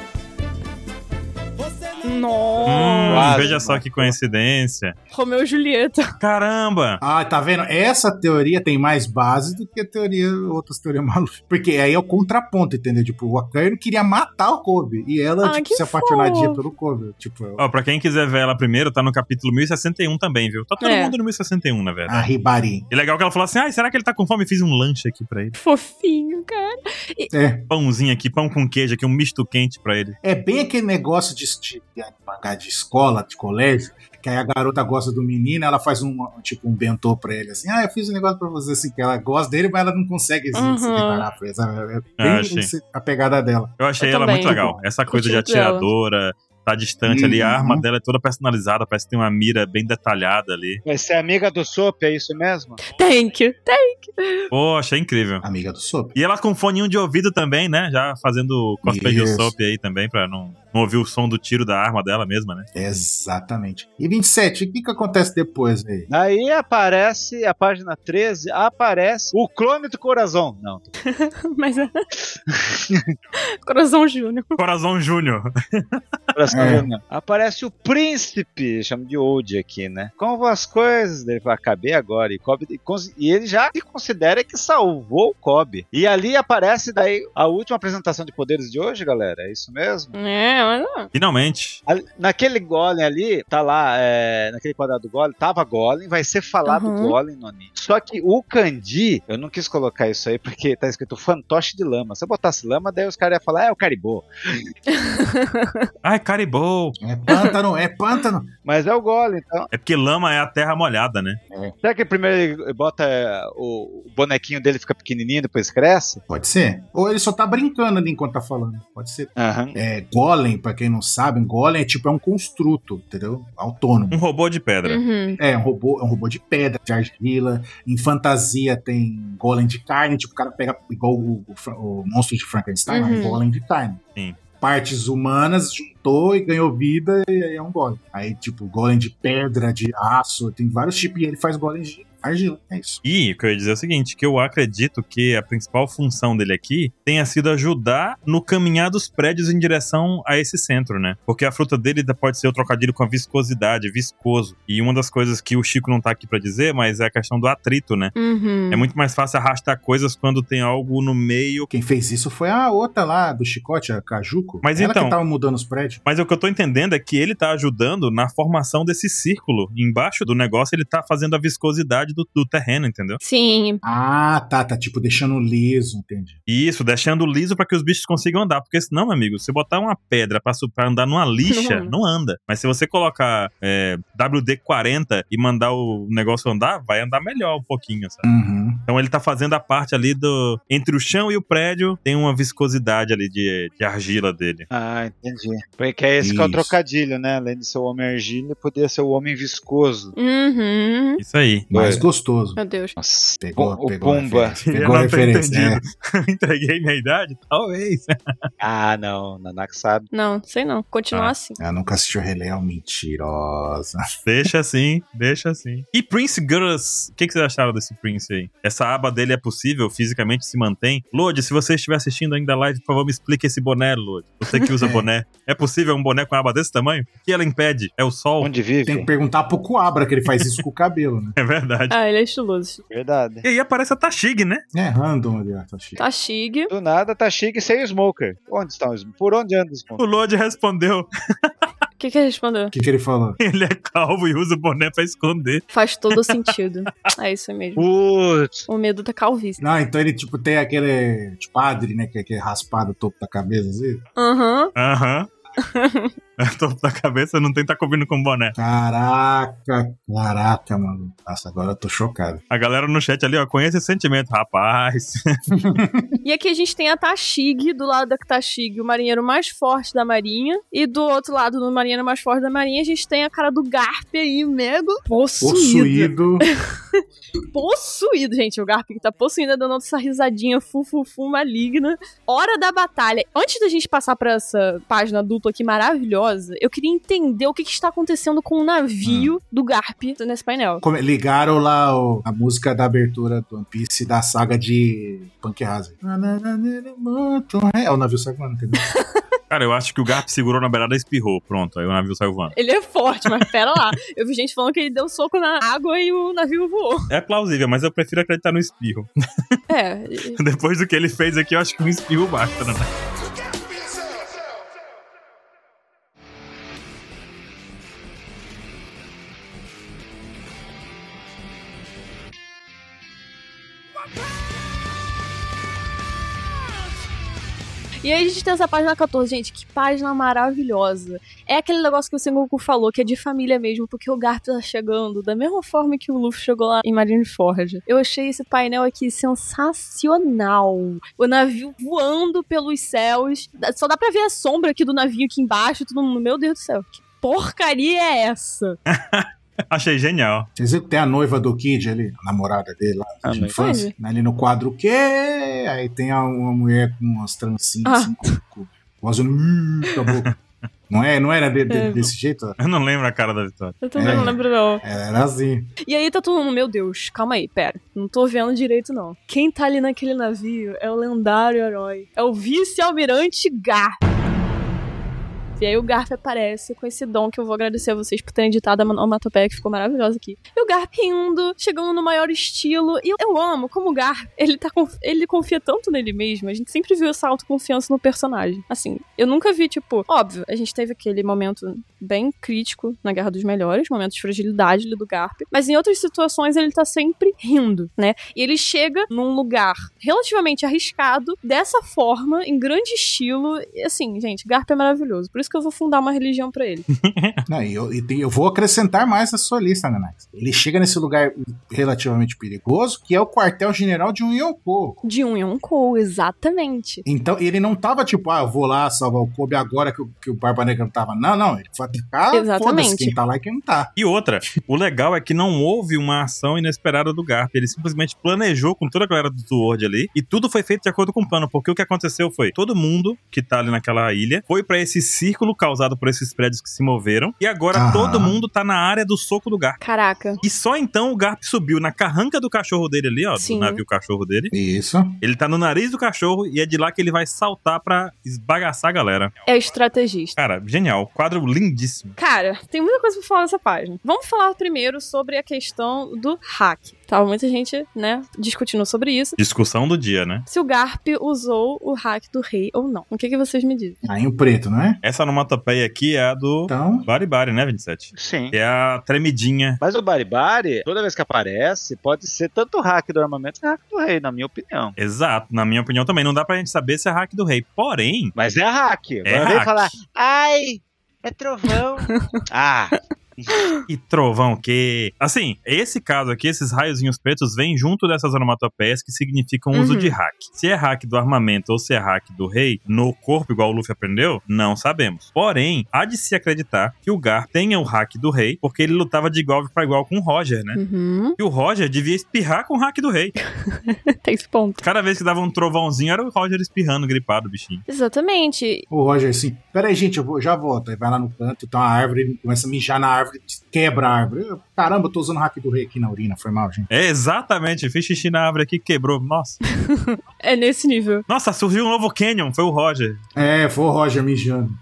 Você não Nossa. Hum, Quase, veja só mano. que coincidência. Romeu e Julieta. Caramba! Ah, tá vendo? Essa teoria tem mais base do que a teoria, outras teorias malucas. Porque aí é o contraponto, entendeu? Tipo, o Akainu queria matar o Kobe. E ela, Ah, tipo, que se apaixonadia fofo. pelo Kobe. Tipo, Ó, pra quem quiser ver ela primeiro, tá no capítulo mil e sessenta e um também, viu? Tá todo É. mundo no mil e sessenta e um, na a verdade. Ribari. E legal que ela falou assim, ai, será que ele tá com fome? Fiz um lanche aqui pra ele. Fofinho, cara. É. Pãozinho aqui, pão com queijo aqui, um misto quente pra ele. É bem aquele negócio de, de, de, de escola, de colégio, que aí a garota gosta do menino, ela faz um, tipo, um bentô pra ele, assim, ah, eu fiz um negócio pra você, assim, que ela gosta dele, mas ela não consegue assim, Uhum. se declarar pra ele, sabe? É bem Ah, achei. esse- a pegada dela. Eu achei Eu ela também. muito legal. Essa coisa de Curti muito ela. atiradora, tá distante ali, a Uhum. arma dela é toda personalizada, parece que tem uma mira bem detalhada ali. Vai ser amiga do Sop, é isso mesmo? Thank you. Pô, achei incrível. Amiga do Sop. E ela com foninho de ouvido também, né? Já fazendo cosplay de Isso. Usopp aí também, pra não, não ouvir o som do tiro da arma dela mesma, né? Exatamente. E vinte e sete, o que que acontece depois, velho? Aí aparece, a página treze, aparece o clone do Corazon. Não, Mas é. Coração Júnior. Corazão Júnior. Corazon tá É. vendo, não? Aparece o príncipe, chama de Old aqui, né? Como vão as coisas? Ele fala, acabei agora. E, Cobb, e, cons- e ele já se considera que salvou o Cobb. E ali aparece daí a última apresentação de poderes de hoje, galera. É isso mesmo? É, mas não. Finalmente. Ali- naquele Golem ali, tá lá, é, naquele quadrado do Golem, tava Golem, vai ser falado Uhum. Golem, Noni. Só que o Kandi, eu não quis colocar isso aí porque tá escrito fantoche de lama. Se eu botasse lama, daí os caras iam falar, é o Caribou. Ai, Caribou. É pântano, é pântano. Mas é o Golem, então. É porque lama é a terra molhada, né? Será que primeiro ele bota é, o, o bonequinho dele fica pequenininho e depois cresce? Pode ser. Ou ele só tá brincando ali enquanto tá falando. Pode ser. Aham. É, Golem, pra quem não sabe, um Golem é tipo é um construto, entendeu? Autônomo. Um robô de pedra. Uhum. É, um robô, é um robô de pedra, de argila. Em fantasia tem Golem de carne, tipo, o cara pega igual o, o, Fra- o monstro de Frankenstein, Uhum. é um Golem de carne. Sim. Partes humanas, juntou e ganhou vida, e aí é um Golem. Aí, tipo, Golem de pedra, de aço, tem vários tipos, e ele faz Golem de argila, é isso. E o que eu ia dizer é o seguinte, que eu acredito que a principal função dele aqui tenha sido ajudar no caminhar dos prédios em direção a esse centro, né? Porque a fruta dele pode ser o trocadilho com a viscosidade, viscoso. E uma das coisas que o Chico não tá aqui pra dizer, mas é a questão do atrito, né? Uhum. É muito mais fácil arrastar coisas quando tem algo no meio. Quem fez isso foi a outra lá do chicote, a Cajuco. Mas Ela então- que tava mudando os prédios. Mas o que eu tô entendendo é que ele tá ajudando na formação desse círculo. Embaixo do negócio, ele tá fazendo a viscosidade do, do terreno, entendeu? Sim. Ah, tá, tá tipo deixando liso, entendi. E isso, deixando liso pra que os bichos consigam andar. Porque senão, meu amigo, se botar uma pedra pra, su- pra andar numa lixa, Não. não anda. Mas se você colocar é, W D quarenta e mandar o negócio andar, vai andar melhor um pouquinho, sabe? Uhum. Então ele tá fazendo a parte ali do... Entre o chão e o prédio, tem uma viscosidade ali de, de argila dele. Ah, entendi. Porque é esse que é o Isso. trocadilho, né? Além de ser o homem argila, poderia ser o homem viscoso. Uhum. Isso aí. Mais É. gostoso. Meu Deus. Nossa, Pegou, o pegou a Pumba. referência. Eu Pegou a não tô referência. entendido. É. Entreguei minha idade? Talvez. Ah, não, Nanak sabe. Não, sei não. Continua Ah. assim. Ela nunca assistiu Rei Leão, mentirosa. Deixa assim, deixa assim. E Prince Girls, o que, que vocês acharam desse Prince aí? Essa aba dele é possível? Fisicamente se mantém? Lodi, se você estiver assistindo ainda a live, por favor, me explique esse boné, Lodi. Você que usa boné. É possível um boné com aba desse tamanho? O que ela impede? É o sol? Onde vive? Tem que perguntar pro Coabra que ele faz isso com o cabelo, né? É verdade. Ah, ele é estiloso. Verdade. E aí aparece a Tashig, né? É random ali, ó, tá chique. Tá chique. Do nada tá chique sem o Smoker. Onde está o Smoker? Por onde anda o O Smoker? Lodi respondeu. O que que ele respondeu? O que, que ele falou? Ele é calvo e usa o boné pra esconder. Faz todo sentido. É isso mesmo. Putz. O medo da calvície. Não, então ele, tipo, tem aquele de padre, né? Que é aquele raspado o topo da cabeça, assim. Aham. Aham. O topo da cabeça não tem que tá combinando com boné. Caraca, caraca, mano. Nossa, agora eu tô chocado. A galera no chat ali, ó, conhece esse sentimento, rapaz. E aqui a gente tem a Tashig, do lado da Tashig, o marinheiro mais forte da marinha. E do outro lado, do marinheiro mais forte da marinha, a gente tem a cara do Garp aí, mega possuído. Possuído. Possuído, gente. O Garp que tá possuído, dando essa risadinha fufufu maligna. Hora da batalha. Antes da gente passar pra essa página dupla aqui maravilhosa, eu queria entender o que, que está acontecendo com o navio do Garp nesse painel. Como- Ligaram lá o- a música da abertura do One Piece da saga de Punk Hazard. É o navio sai voando, entendeu? Cara, eu acho que o Garp segurou na beirada e espirrou. Pronto, aí o navio saiu voando. Ele é forte, mas pera lá. Eu vi gente falando que ele deu soco na água e o navio voou. É plausível, mas eu prefiro acreditar no espirro. É. Depois do que ele fez aqui, eu acho que um espirro basta, né? E aí a gente tem essa página quatorze, gente, que página maravilhosa. É aquele negócio que o Sengoku falou, que é de família mesmo, porque o Garp tá chegando da mesma forma que o Luffy chegou lá em Marineford. Eu achei esse painel aqui sensacional. O navio voando pelos céus. Só dá pra ver a sombra aqui do navio aqui embaixo, todo mundo, meu Deus do céu, que porcaria é essa? Achei genial. Vocês viram que tem a noiva do Kid ali, a namorada dele lá, Ah, de mas- infância? Ali no quadro, o quê? Aí tem a- uma mulher com umas trancinhas Ah. assim, com, com, fazendo "Hum", com a boca. Não, é, não era de- de- É. desse jeito? ó? Eu não lembro a cara da Vitória. Eu também É. não lembro não. Era assim. E aí tá todo mundo, meu Deus, calma aí, pera. Não tô vendo direito, não. Quem tá ali naquele navio é o lendário herói. É o vice-almirante Garp. E aí o Garp aparece com esse dom que eu vou agradecer a vocês por terem editado a onomatopeia, que ficou maravilhosa aqui. E o Garp rindo, chegando no maior estilo. E eu amo como o Garp, ele, tá conf... ele confia tanto nele mesmo. A gente sempre viu essa autoconfiança no personagem. Assim, eu nunca vi, tipo... Óbvio, a gente teve aquele momento bem crítico na Guerra dos Melhores, momento de fragilidade ali do Garp. Mas em outras situações ele tá sempre rindo, né? E ele chega num lugar relativamente arriscado, dessa forma, em grande estilo. E assim, gente, Garp é maravilhoso. Por isso que eu vou fundar uma religião pra ele. Não, e eu, e tem- eu vou acrescentar mais na sua lista, Nanax. Ele chega nesse lugar relativamente perigoso, que é o quartel-general de um Yonkou. De um Yonkou, exatamente. Então, ele não tava tipo, ah, eu vou lá salvar o Kobe agora que o, que o Barba Negra não tava. Não, não, ele foi atacar, Exatamente. foda-se quem tá lá e quem não tá. E outra, o legal é que não houve uma ação inesperada do Garp. Ele simplesmente planejou com toda a galera do Sword ali e tudo foi feito de acordo com o plano, porque o que aconteceu foi, todo mundo que tá ali naquela ilha foi pra esse círculo causado por esses prédios que se moveram e agora Aham. todo mundo tá na área do soco do Garp. Caraca. E só então o Garp subiu na carranca do cachorro dele ali, ó, Sim. do navio cachorro dele. Isso. Ele tá no nariz do cachorro e é de lá que ele vai saltar pra esbagaçar a galera. É estrategista. Cara, genial. Quadro lindíssimo. Cara, tem muita coisa pra falar nessa página. Vamos falar primeiro sobre a questão do hack. Tava muita gente, né, discutindo sobre isso. Discussão do dia, né? Se o Garp usou o hack do rei ou não. O que, que vocês me dizem? Aí o preto, não é? Essa onomatopeia aqui é a do Então, Bari Bari, né, vinte e sete? Sim. É a tremidinha. Mas o Baribari, toda vez que aparece, pode ser tanto o hack do armamento quanto o hack do rei, na minha opinião. Exato, na minha opinião também. Não dá pra gente saber se é hack do rei. Porém, Mas é hack. Agora vem hack. falar, ai, é trovão. ah, e trovão que... Assim, esse caso aqui, esses raiozinhos pretos, vêm junto dessas onomatopeias que significam uso Uhum. de hack. Se é hack do armamento ou se é hack do rei, no corpo, igual o Luffy aprendeu, não sabemos. Porém, há de se acreditar que o Garp tenha o hack do rei, porque ele lutava de igual para igual com o Roger, né? Uhum. E o Roger devia espirrar com o hack do rei. Tem esse ponto. Cada vez que dava um trovãozinho, era o Roger espirrando, gripado, bichinho. Exatamente. o Roger assim, peraí, gente, eu vou, já volto. Aí vai lá no canto, tá uma árvore, ele começa a mijar na árvore, quebra a árvore. Eu, Caramba, eu tô usando o hack do rei aqui na urina, foi mal, gente. É, exatamente. Fiz xixi na árvore aqui, quebrou. Nossa. É nesse nível. Nossa, surgiu um novo Canyon. Foi o Roger. É, foi o Roger mijando.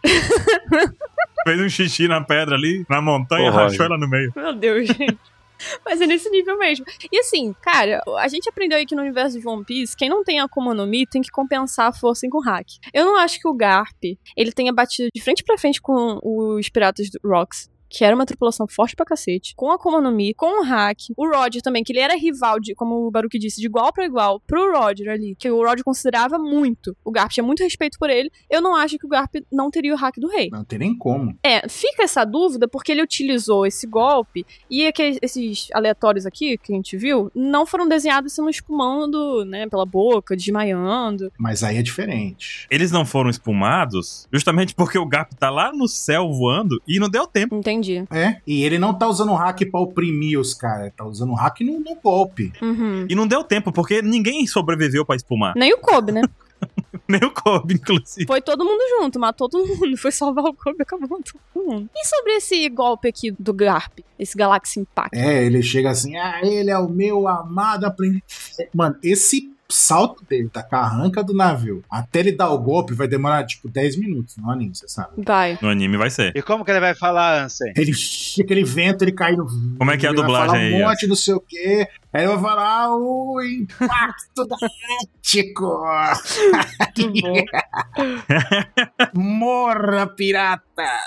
Fez um xixi na pedra ali, na montanha, Ô, rachou Roger. ela no meio. Meu Deus, gente. Mas é nesse nível mesmo. E assim, cara, a gente aprendeu aí que no universo de One Piece, quem não tem Akuma no Mi tem que compensar a força com hack. Eu não acho que o Garp, ele tenha batido de frente pra frente com os piratas do Rocks, que era uma tripulação forte pra cacete, com a Akuma no Mi, com o hack, o Roger também, que ele era rival, de, como o Baruch disse, de igual pra igual pro Roger ali, que o Roger considerava muito. O Garp tinha muito respeito por ele. Eu não acho que o Garp não teria o hack do rei. Não tem nem como. É, fica essa dúvida porque ele utilizou esse golpe e aqueles, esses aleatórios aqui que a gente viu não foram desenhados sendo espumando, né, pela boca, desmaiando. Mas aí é diferente. Eles não foram espumados justamente porque o Garp tá lá no céu voando e não deu tempo. Entendi. É, e ele não tá usando o hack pra oprimir os caras, ele tá usando o hack no, no golpe. Uhum. E não deu tempo, porque ninguém sobreviveu pra espumar. Nem o Kobe, né? Nem o Kobe, inclusive. Foi todo mundo junto, matou todo mundo. Foi salvar o Kobe, acabou matando todo mundo. E sobre esse golpe aqui do Garp? Esse Galaxy Impact? É, ele chega assim, ah, ele é o meu amado aprendiz. Mano, esse salto dele da carranca do navio até ele dar o golpe vai demorar tipo dez minutos no anime, você sabe? Vai. No anime vai ser. e como que ele vai falar, Ansem? Ele, aquele vento, ele cai no. Como é que é a ele vai dublagem falar aí, um monte, não sei o quê. Aí ele vai falar o impacto galáctico. Muito bom. Morra, pirata!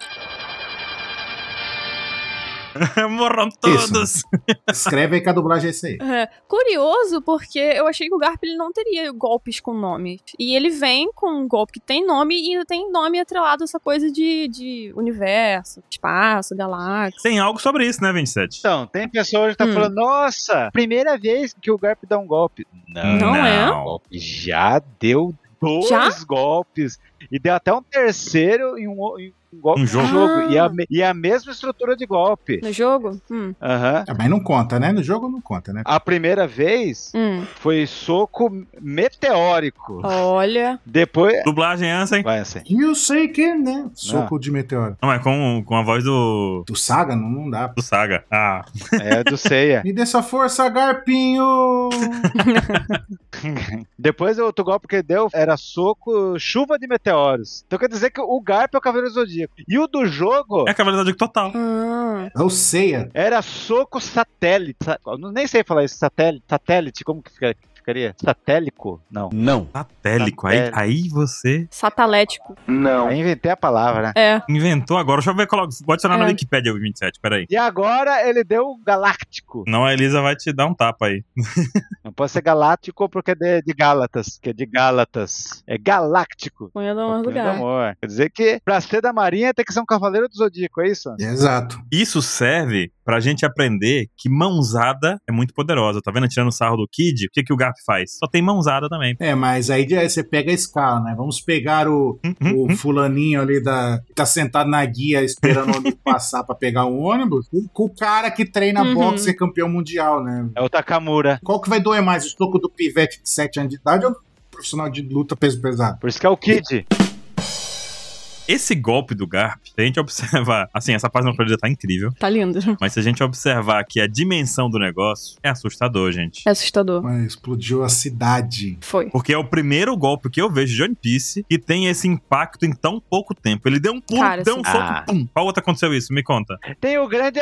Morram todos. Escreve aí que a dublagem é essa aí. É, curioso, porque eu achei que o Garp ele não teria golpes com nome. E ele vem com um golpe que tem nome e ainda tem nome atrelado a essa coisa de, de universo, espaço, galáxia. Tem algo sobre isso, né, vinte e sete? Então, tem pessoas que estão Hum. falando, nossa, primeira vez que o Garp dá um golpe. Não, Não é? O golpe já deu dois Já? golpes. E deu até um terceiro em um, em um golpe Um no jogo. jogo. Ah. E, a, me- e a mesma estrutura de golpe. No jogo? Hum. Aham. Ah, mas não conta, né? No jogo não conta, né? A primeira vez Hum. foi soco meteórico. Olha. Depois. Dublagem Ansem. Vai assim. Eu sei que, né? Soco de meteoro. Não, é com, com a voz do, Do Saga não, não dá. do Saga. Ah, É do Seiya. Me dê essa força, Garpinho! Depois o outro golpe que ele deu era soco chuva de meteoros. Então quer dizer que o Garp é o Cavaleiro do Zodíaco. Zodíaco. E o do jogo É Cavaleiro do Zodíaco total. Ah, É o Seiya. era soco satélite. Sa- eu não- nem sei falar isso, satélite. Satélite, como que fica- ficaria? Satélico? Não. Não. Satélico. Aí, Satélico. aí você satalético. Não. Aí inventei a palavra, né? É. inventou agora. Deixa eu ver, coloca. Pode adicionar na É. Wikipédia o vinte e sete, peraí. E agora ele deu o galáctico. Não, a Elisa vai te dar um tapa aí. Não pode ser galáctico porque é de, de Gálatas, que é de Gálatas. É galáctico. Punha do amor do Punho do lugar. amor. Quer dizer que pra ser da Marinha tem que ser um cavaleiro do Zodíaco, é isso? Exato. Isso serve pra gente aprender que mãozada é muito poderosa. Tá vendo? Tirando sarro do Kid, o que, que o Garp faz? Só tem mãozada também. É, mas aí já- você pega a escala, né? Vamos pegar o, o fulaninho ali da, que tá sentado na guia esperando o ônibus passar pra pegar um ônibus, com, com o cara que treina Uhum. boxe e ser campeão mundial, né? É o Takamura. Qual que vai doer mais, o estoco do pivete de sete anos de idade ou do profissional de luta peso pesado? Por isso que é o Kid. Esse golpe do Garp, se a gente observar, assim, essa página colorida tá incrível, Tá lindo. mas se a gente observar que a dimensão do negócio é assustador, gente. É assustador. Mas explodiu a cidade. Foi. Porque é o primeiro golpe que eu vejo de One Piece que tem esse impacto em tão pouco tempo. Ele deu um pulo, Cara, deu um sim. soco, Ah. pum. Qual outro aconteceu isso? Me conta. Tem o grande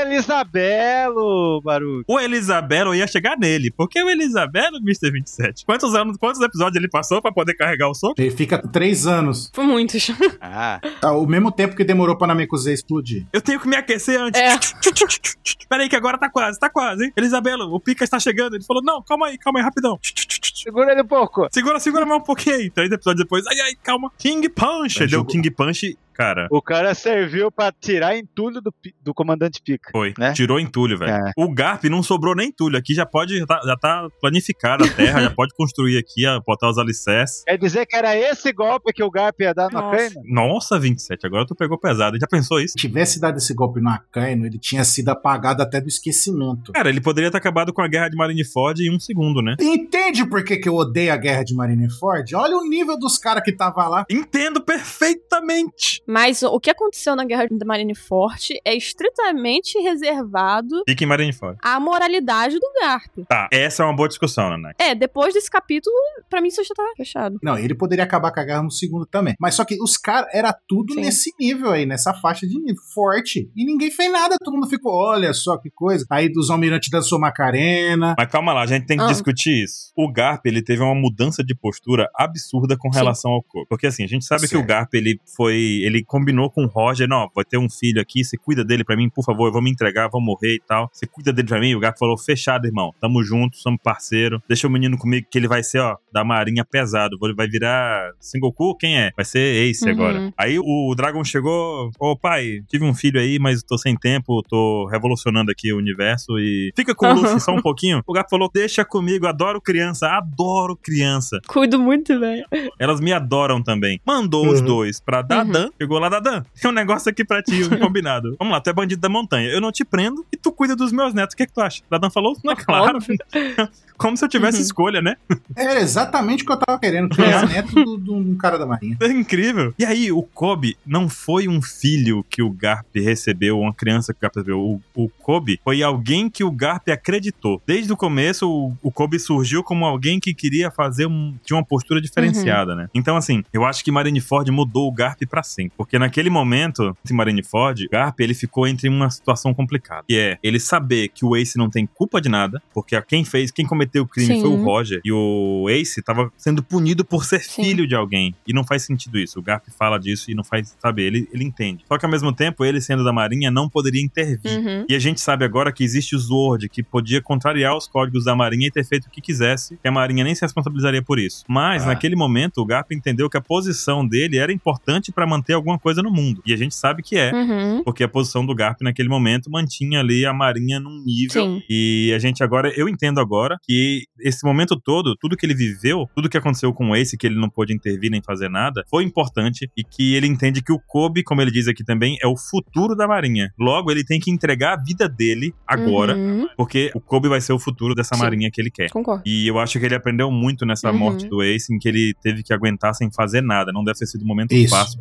Elisabelo, Baruch. O Elisabelo ia chegar nele. Porque o Elisabelo, mister vinte e sete, quantos anos, quantos episódios ele passou pra poder carregar o soco? Ele fica três anos. Foi muitos. Ah, Ao mesmo tempo que demorou pra Namekusei explodir. Eu tenho que me aquecer antes. É. Peraí que agora tá quase, tá quase, hein? Elisabelo, o Pica está chegando. Ele falou, não, calma aí, calma aí, rapidão. segura ele um pouco. Segura, segura mais um pouquinho aí. Três episódios depois, ai, ai, calma. King Punch. É, Deu jogou. King Punch, cara. O cara serviu pra tirar entulho do, pi- do comandante Pica. Foi, né? tirou entulho, velho. É. O Garp não sobrou nem entulho. Aqui já pode, já tá, já tá planificada a terra, já pode construir aqui, ó, botar os alicerces. Quer dizer que era esse golpe que o Garp ia dar no Nossa. Akainu? Nossa, vinte e sete, agora tu pegou pesado. Já pensou isso? Se tivesse dado esse golpe no Akainu, ele tinha sido apagado até do esquecimento. Cara, ele poderia ter acabado com a guerra de Marineford em um segundo, né? Entende por que, que eu odeio a guerra de Marineford? Olha o nível dos caras que tava lá. Entendo perfeitamente. Mas o que aconteceu na Guerra da Marineford é estritamente reservado Fica em Marineford. à moralidade do Garp. Tá, essa é uma boa discussão, Nanak. É, depois desse capítulo, pra mim isso já tá fechado. Não, ele poderia acabar com a guerra no segundo também. Mas só que os caras, era tudo Sim. nesse nível aí, nessa faixa de nível, forte. E ninguém fez nada, todo mundo ficou, olha só que coisa. Aí dos almirantes dançou Macarena. Mas calma lá, a gente tem que Ah. discutir isso. O Garp, ele teve uma mudança de postura absurda com Sim. relação ao Kobe. Porque assim, a gente sabe que Certo. o Garp, ele foi, ele combinou com o Roger, não, vai ter um filho aqui, você cuida dele pra mim, por favor, eu vou me entregar, vou morrer e tal. Você cuida dele pra mim? O Garp falou, fechado, irmão, tamo junto, somos parceiro, deixa o menino comigo que ele vai ser, ó, da marinha pesado, Vou- vai virar Sengoku, quem é? Vai ser Ace Uhum. agora. Aí o Dragon chegou, ô pai, tive um filho aí, mas tô sem tempo, tô revolucionando aqui o universo e fica com o Luffy só um pouquinho. O Garp falou, deixa comigo, adoro criança, adoro criança. Cuido muito, velho. Elas me adoram também. Mandou os Uhum. dois pra Dadan. Chegou lá, Dadan. Tem um negócio aqui pra ti, combinado. Vamos lá, tu é bandido da montanha. Eu não te prendo e tu cuida dos meus netos. O que é que tu acha? Dadan falou, não é claro. Óbvio. Como se eu tivesse Uhum. escolha, né? Era exatamente o que eu tava querendo, criar neto do, do, do cara da marinha. É incrível. E aí, o Kobe não foi um filho que o Garp recebeu, uma criança que o Garp recebeu. O, o Kobe foi alguém que o Garp acreditou. Desde o começo, o, o Kobe surgiu como alguém que queria fazer um, tinha uma postura diferenciada, né? Então, assim, eu acho que Marineford mudou o Garp pra sempre. Porque naquele momento, em Marineford, o Garp, ele ficou entre uma situação complicada. Que é ele saber que o Ace não tem culpa de nada, porque quem fez, quem cometeu o crime Sim. foi o Roger. E o Ace tava sendo punido por ser Sim. filho de alguém. E não faz sentido isso. O Garp fala disso e não faz, sabe, ele, ele entende. Só que ao mesmo tempo, ele sendo da Marinha, não poderia intervir. Uhum. E a gente sabe agora que existe o Zord, que podia contrariar os códigos da Marinha e ter feito o que quisesse, que a Marinha nem se responsabilizaria por isso. Mas, Ah. naquele momento, o Garp entendeu que a posição dele era importante pra manter alguma coisa no mundo. E a gente sabe que é. Uhum. Porque a posição do Garp naquele momento mantinha ali a Marinha num nível. Sim. E a gente agora, eu entendo agora que esse momento todo, tudo que ele viveu, tudo que aconteceu com o Ace, que ele não pôde intervir nem fazer nada, foi importante e que ele entende que o Kobe, como ele diz aqui também, é o futuro da Marinha. Logo, ele tem que entregar a vida dele agora, Uhum. porque o Kobe vai ser o futuro dessa Sim. Marinha que ele quer. Concordo. E eu acho que ele aprendeu muito nessa Uhum. morte do Ace, em que ele teve que aguentar sem fazer nada. Não deve ter sido um momento Isso. fácil pra ele.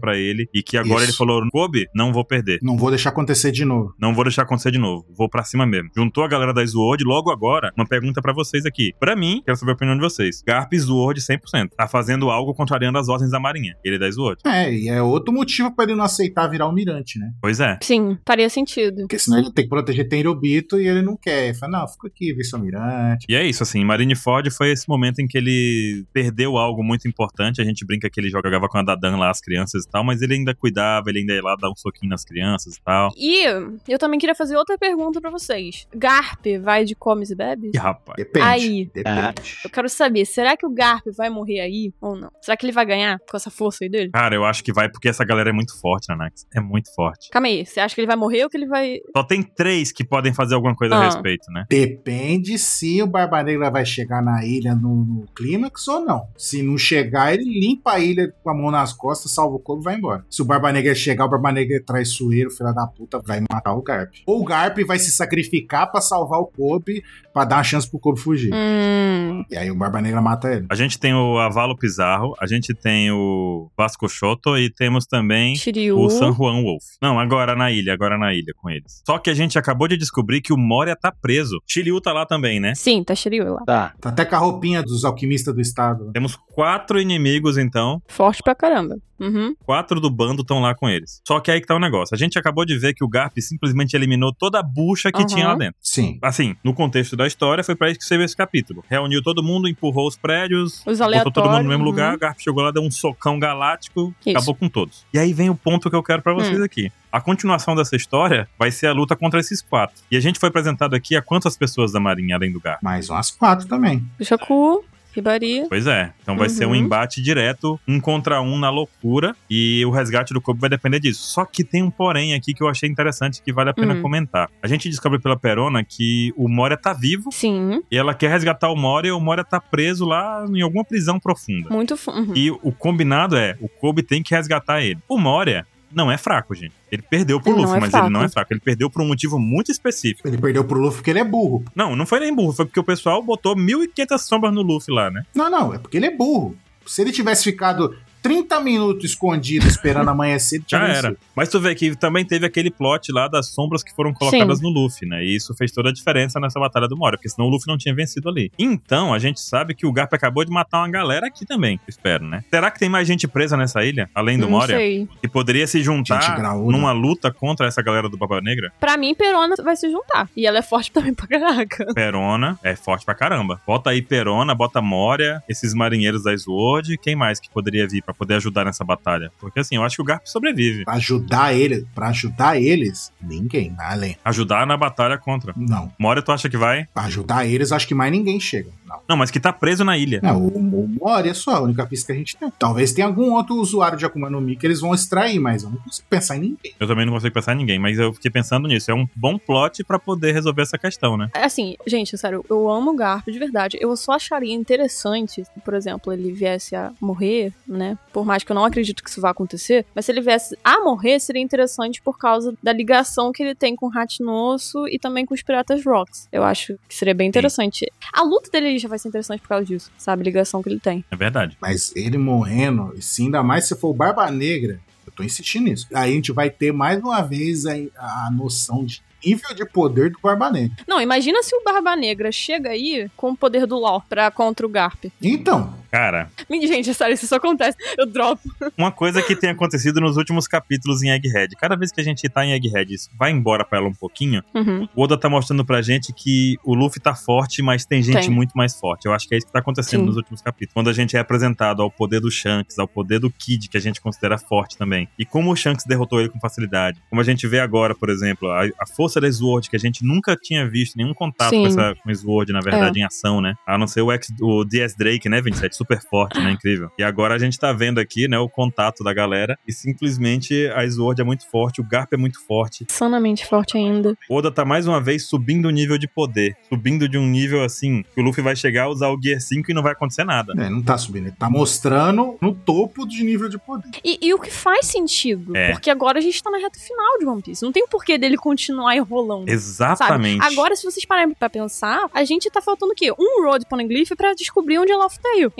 e que agora Isso. ele falou, Kobe, não vou perder. Não vou deixar acontecer de novo. Não vou deixar acontecer de novo. Vou pra cima mesmo. Juntou a galera da Sword, logo agora, uma pergunta pra vocês aqui. Pra mim, quero saber a opinião de vocês. Garp e Sword cem por cento. Tá fazendo algo contrariando as ordens da Marinha. Ele é da Sword. É, e é outro motivo pra ele não aceitar virar almirante, né? Pois é. Sim, faria sentido. Porque senão ele tem que proteger Tenryubito e ele não quer. Ele fala, não, fica aqui, vice-almirante. E é isso, assim, Marineford foi esse momento em que ele perdeu algo muito importante. A gente brinca que ele jogava com a Dadan lá, as crianças e tal, mas ele ainda cuidava, ele ainda ia lá dar um soquinho nas crianças e tal. E eu também queria fazer outra pergunta pra vocês. Garp vai de comes e bebes? E rapaz. Depende. Aí. Depende. Eu quero saber, será que o Garp vai morrer aí ou não? Será que ele vai ganhar com essa força aí dele? Cara, eu acho que vai porque essa galera é muito forte, Nanax. É muito forte. Calma aí, você acha que ele vai morrer ou que ele vai... Só tem três que podem fazer alguma coisa a Ah. respeito, né? Depende se o Barba Negra vai chegar na ilha no, no clímax ou não. Se não chegar, ele limpa a ilha com a mão nas costas, salva o Kobe e vai embora. Se o Barba Negra chegar, o Barba Negra é traiçoeiro, filho da puta, vai matar o Garp. Ou o Garp vai se sacrificar pra salvar o Kobe, pra dar uma chance pro Kobe fugir. Hum... E aí o Barba Negra mata ele. A gente tem o Avalo Pizarro, a gente tem o Vasco Shoto e temos também Shiryu. o San Juan Wolf. Não, agora na ilha, agora na ilha com eles. Só que a gente acabou de descobrir que o Moria tá preso. Shiryu tá lá também, né? Sim, tá Shiryu lá. Tá. Tá até com a roupinha dos alquimistas do estado. Temos quatro inimigos, então. Forte pra caramba. Uhum. Quatro do bando estão lá com eles. Só que aí que tá o negócio. A gente acabou de ver que o Garp simplesmente eliminou toda a bucha que Uhum. tinha lá dentro. Sim. Assim, no contexto da história, foi pra isso que serviu esse capítulo. Reuniu todo mundo, empurrou os prédios, Os botou todo mundo no mesmo aleatórios, lugar, uhum. o Garp chegou lá, deu um socão galáctico, Isso. acabou com todos. E aí vem o ponto que eu quero pra vocês Hum. aqui. A continuação dessa história vai ser a luta contra esses quatro. E a gente foi apresentado aqui a quantas pessoas da Marinha, além do Garp? Mais umas quatro também. Shaku, Hibari. Pois é. Então vai Uhum. ser um embate direto, um contra um na loucura, e o resgate do Kobe vai depender disso. Só que tem um porém aqui que eu achei interessante que vale a pena Hum. comentar. A gente descobre pela Perona que o Moria tá vivo, Sim, e ela quer resgatar o Moria, e o Moria tá preso lá em alguma prisão profunda. muito... fu- Uhum. E o combinado é, o Kobe tem que resgatar ele. O Moria não é fraco, gente. Ele perdeu pro Ele não Luffy, é mas fraco. ele não é fraco. Ele perdeu por um motivo muito específico. Ele perdeu pro Luffy porque ele é burro. Não, não foi nem burro, foi porque o pessoal botou mil e quinhentas sombras no Luffy lá, né? Não, não, é porque ele é burro. Se ele tivesse ficado trinta minutos escondido esperando amanhecer, ele tinha Já vencido. era. Mas tu vê que também teve aquele plot lá das sombras que foram colocadas Sim. no Luffy, né? E isso fez toda a diferença nessa batalha do Moria, porque senão o Luffy não tinha vencido ali. Então, a gente sabe que o Garp acabou de matar uma galera aqui também, eu espero, né? Será que tem mais gente presa nessa ilha, além do Não Moria? sei. Que poderia se Gente juntar graúda. numa luta contra essa galera do Barba Negra? Pra mim, Perona vai se juntar. E ela é forte também pra caraca. Perona é forte pra caramba. Bota aí Perona, bota Moria, esses marinheiros da Sword, quem mais que poderia vir pra poder ajudar nessa batalha? Porque assim, eu acho que o Garp sobrevive. Pra ajudar ele, pra ajudar eles, ninguém, além. Ajudar na batalha contra. Não. Moria, tu acha que vai? Pra ajudar eles, acho que mais ninguém chega. Não. Não, mas que tá preso na ilha. Não, o, o Moria é só a única pista que a gente tem. Talvez tenha algum outro usuário de Akuma no Mi que eles vão extrair, mas eu não consigo pensar em ninguém. Eu também não consigo pensar em ninguém, mas eu fiquei pensando nisso. É um bom plot pra poder resolver essa questão, né? É assim, gente, sério, eu amo o Garp de verdade. Eu só acharia interessante, se, por exemplo, ele viesse a morrer, né? Por mais que eu não acredito que isso vá acontecer, mas se ele viesse a morrer, seria interessante por causa da ligação que ele tem com o Ratinosso e também com os Piratas Rocks. Eu acho que seria bem interessante. A luta dele já vai ser interessante por causa disso, sabe? A ligação que ele tem. É verdade. Mas ele morrendo, e se ainda mais se for o Barba Negra, eu tô insistindo nisso. Aí a gente vai ter mais uma vez a, a noção de nível de poder do Barba Negra. Não, imagina se o Barba Negra chega aí com o poder do LoL pra contra o Garp. Então, Cara, Gente, sério, isso só acontece. Eu dropo. uma coisa que tem acontecido nos últimos capítulos em Egghead. Cada vez que a gente tá em Egghead, isso vai embora pra ela um pouquinho, Uhum. o Oda tá mostrando pra gente que o Luffy tá forte, mas tem gente Tem. muito mais forte. Eu acho que é isso que tá acontecendo Sim. nos últimos capítulos. Quando a gente é apresentado ao poder do Shanks, ao poder do Kid, que a gente considera forte também. E como o Shanks derrotou ele com facilidade. Como a gente vê agora, por exemplo, a, a força da Sword, que a gente nunca tinha visto nenhum contato Sim. com essa com a Sword, na verdade, em ação, né? A não ser o, X, o D S Drake, né, vinte e sete? Super forte, né? Incrível. E agora a gente tá vendo aqui, né, o contato da galera. E simplesmente a Sword é muito forte, o Garp é muito forte. Sanamente forte ainda. O Oda tá mais uma vez subindo o nível de poder. Subindo de um nível assim, que o Luffy vai chegar a usar o Gear cinco e não vai acontecer nada. é, não tá subindo, ele tá mostrando no topo de nível de poder. E, e o que faz sentido, É. porque agora a gente tá na reta final de One Piece. Não tem porquê dele continuar enrolando. Exatamente. Sabe? Agora, se vocês pararem pra pensar, a gente tá faltando o quê? Um Road Poneglyph pra descobrir onde é Laugh Tale,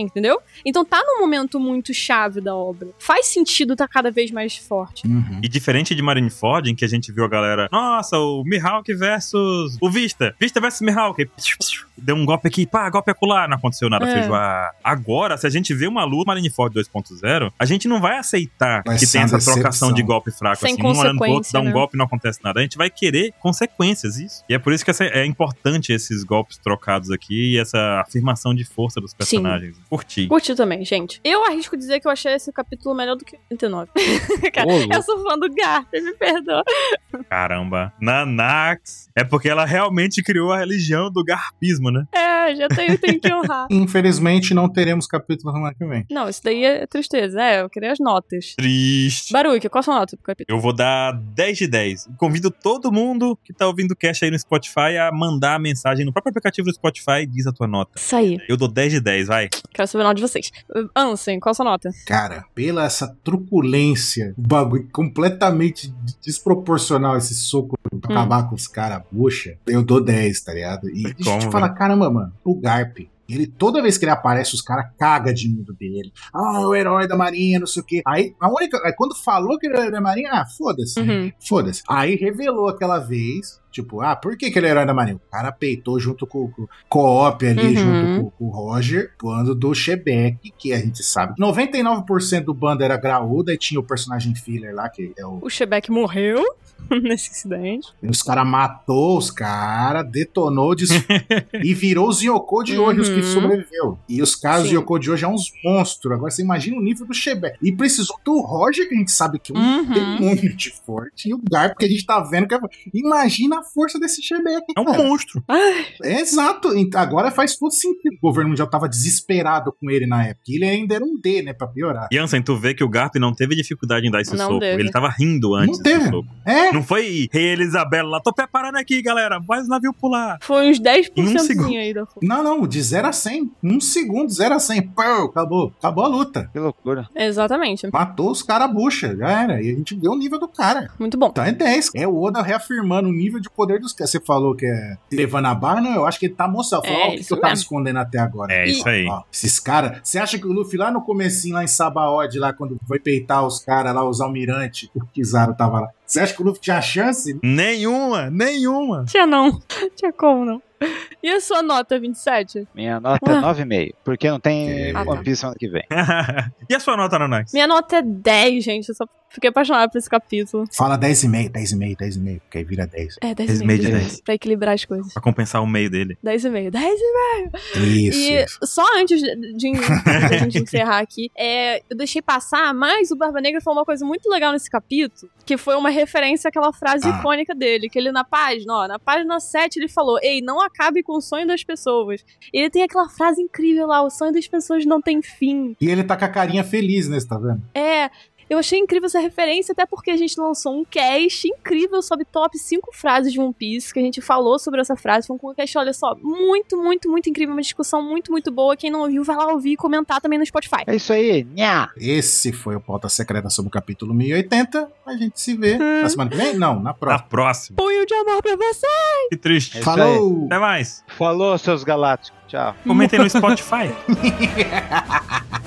entendeu? Então tá num momento muito chave da obra. Faz sentido tá cada vez mais forte. Uhum. E diferente de Marineford, em que a gente viu a galera, nossa, o Mihawk versus o Vista. Vista versus Mihawk. Deu um golpe aqui, pá, golpe acolá. Não aconteceu nada, É. feijoada. Agora, se a gente vê uma luta Marineford dois ponto zero, a gente não vai aceitar Vai que ser tem uma essa decepção. trocação de golpe fraco, Sem assim, um olhando pro outro, consequência, dá um né? golpe e não acontece nada. A gente vai querer consequências, isso. E é por isso que essa- é importante esses golpes trocados aqui e essa afirmação de força dos personagens. Curti. Curti também, gente. Eu arrisco dizer que eu achei esse capítulo melhor do que o trinta e nove. Cara, Ô, louco. eu sou fã do Garp, me perdoa. Caramba. Nanax. É porque ela realmente criou a religião do garpismo, né? É, já tenho, tenho que honrar. Infelizmente, não teremos capítulo semana que vem. Não, isso daí é tristeza. É, eu queria as notas. Triste. Baruque, qual a sua nota pro capítulo? Eu vou dar dez de dez. Convido todo mundo que tá ouvindo o cast aí no Spotify a mandar a mensagem no próprio aplicativo do Spotify e diz a tua nota. Isso aí. Eu dou dez de dez, vai. Quero saber a nota de vocês. Uh, Ansem, qual a sua nota? Cara, pela essa truculência, o bagulho completamente desproporcional, esse soco pra Hum. acabar com os caras, bucha, eu dou dez, tá ligado? E a gente Como, fala, velho? caramba, mano, o Garp, ele, toda vez que ele aparece, os caras cagam de medo dele. Ah, o herói da marinha, não sei o quê. Aí, a única, aí quando falou que ele era da marinha, ah, foda-se, Uhum. foda-se. Aí revelou aquela vez, tipo, ah, por que que ele é herói da marinha? O cara peitou junto com com o Co-op ali, Uhum. junto com, com o Roger, bando do Shebeck, que a gente sabe. noventa e nove por cento do bando era graúda, e tinha o personagem filler lá, que é o... O Shebeck morreu nesse incidente. Os caras matou os caras, detonou des- e virou os Yoko de hoje, os que Uhum. sobreviveu. E os caras Sim. de Yoko de hoje é uns monstros. Agora você imagina o nível do Shebeck. E precisou do Roger, que a gente sabe que é um Uhum. demônio de forte, e o Garp, que a gente tá vendo que é... Imagina a força desse Shebeck, É um cara. monstro. É exato. Ent- Agora faz todo sentido. O governo mundial tava desesperado com ele na época. E ele ainda era um D, né, pra piorar. Jansen, tu vê que o Garp não teve dificuldade em dar esse Não soco. teve. Ele tava rindo antes Não desse teve. soco. É, Não foi Rei Elisabela lá, tô preparando aqui, galera, faz o navio pular. Foi uns dez por Em um cento segundo. aí da força. não, não, de zero a cem. Um segundo, zero a cem. Pau, acabou. Acabou a luta. Que loucura. Exatamente. Matou os caras bucha, já era. E a gente vê o nível do cara. Muito bom. Então é dez. É o Oda reafirmando o nível de poder dos caras. Você falou que é levando a barra, não, eu acho que ele tá mostrando. Falou, É, ó, o que, isso que eu tava mesmo. escondendo até agora. É E- isso aí. Ó, esses caras. Você acha que o Luffy lá no comecinho, lá em Sabaody, lá quando foi peitar os caras lá, os almirantes, o Kizaru tava lá. Você acha que o Luffy tinha chance? Nenhuma, nenhuma. Tinha não. Tinha como não. E a sua nota, vinte e sete? Minha nota Ué. é nove vírgula cinco, porque não tem É. Ah, tá. One Piece ano que vem. E a sua nota, Nanax? Minha nota é dez, gente. Eu só fiquei apaixonada por esse capítulo. Fala dez e meio, dez e meio, dez e meio, porque aí vira dez. É, dez dez e e meio meio. de dez. Pra equilibrar as coisas. Pra compensar o meio dele. dez e meio. dez e meio. Isso, E isso. só antes de, de, da gente encerrar aqui, é, eu deixei passar, mas o Barba Negra falou uma coisa muito legal nesse capítulo, que foi uma referência àquela frase Ah. icônica dele, que ele na página, ó, na página sete ele falou, ei, não acabe com o sonho das pessoas. E ele tem aquela frase incrível lá, o sonho das pessoas não tem fim. E ele tá com a carinha feliz, né? Você tá vendo? É, eu achei incrível essa referência, até porque a gente lançou um cast incrível sobre top cinco frases de One Piece, que a gente falou sobre essa frase. Foi um cast, olha só, muito, muito, muito incrível, uma discussão muito, muito boa. Quem não ouviu, vai lá ouvir e comentar também no Spotify. É isso aí, nha! Esse foi o Pauta Secreta sobre o capítulo mil e oitenta. A gente se vê Hum. na semana que vem? Não, na Na próxima. próxima. Punho de amor pra você! Que triste. É isso Falou! Até mais. Falou, seus galácticos. Tchau. Comentem no Spotify.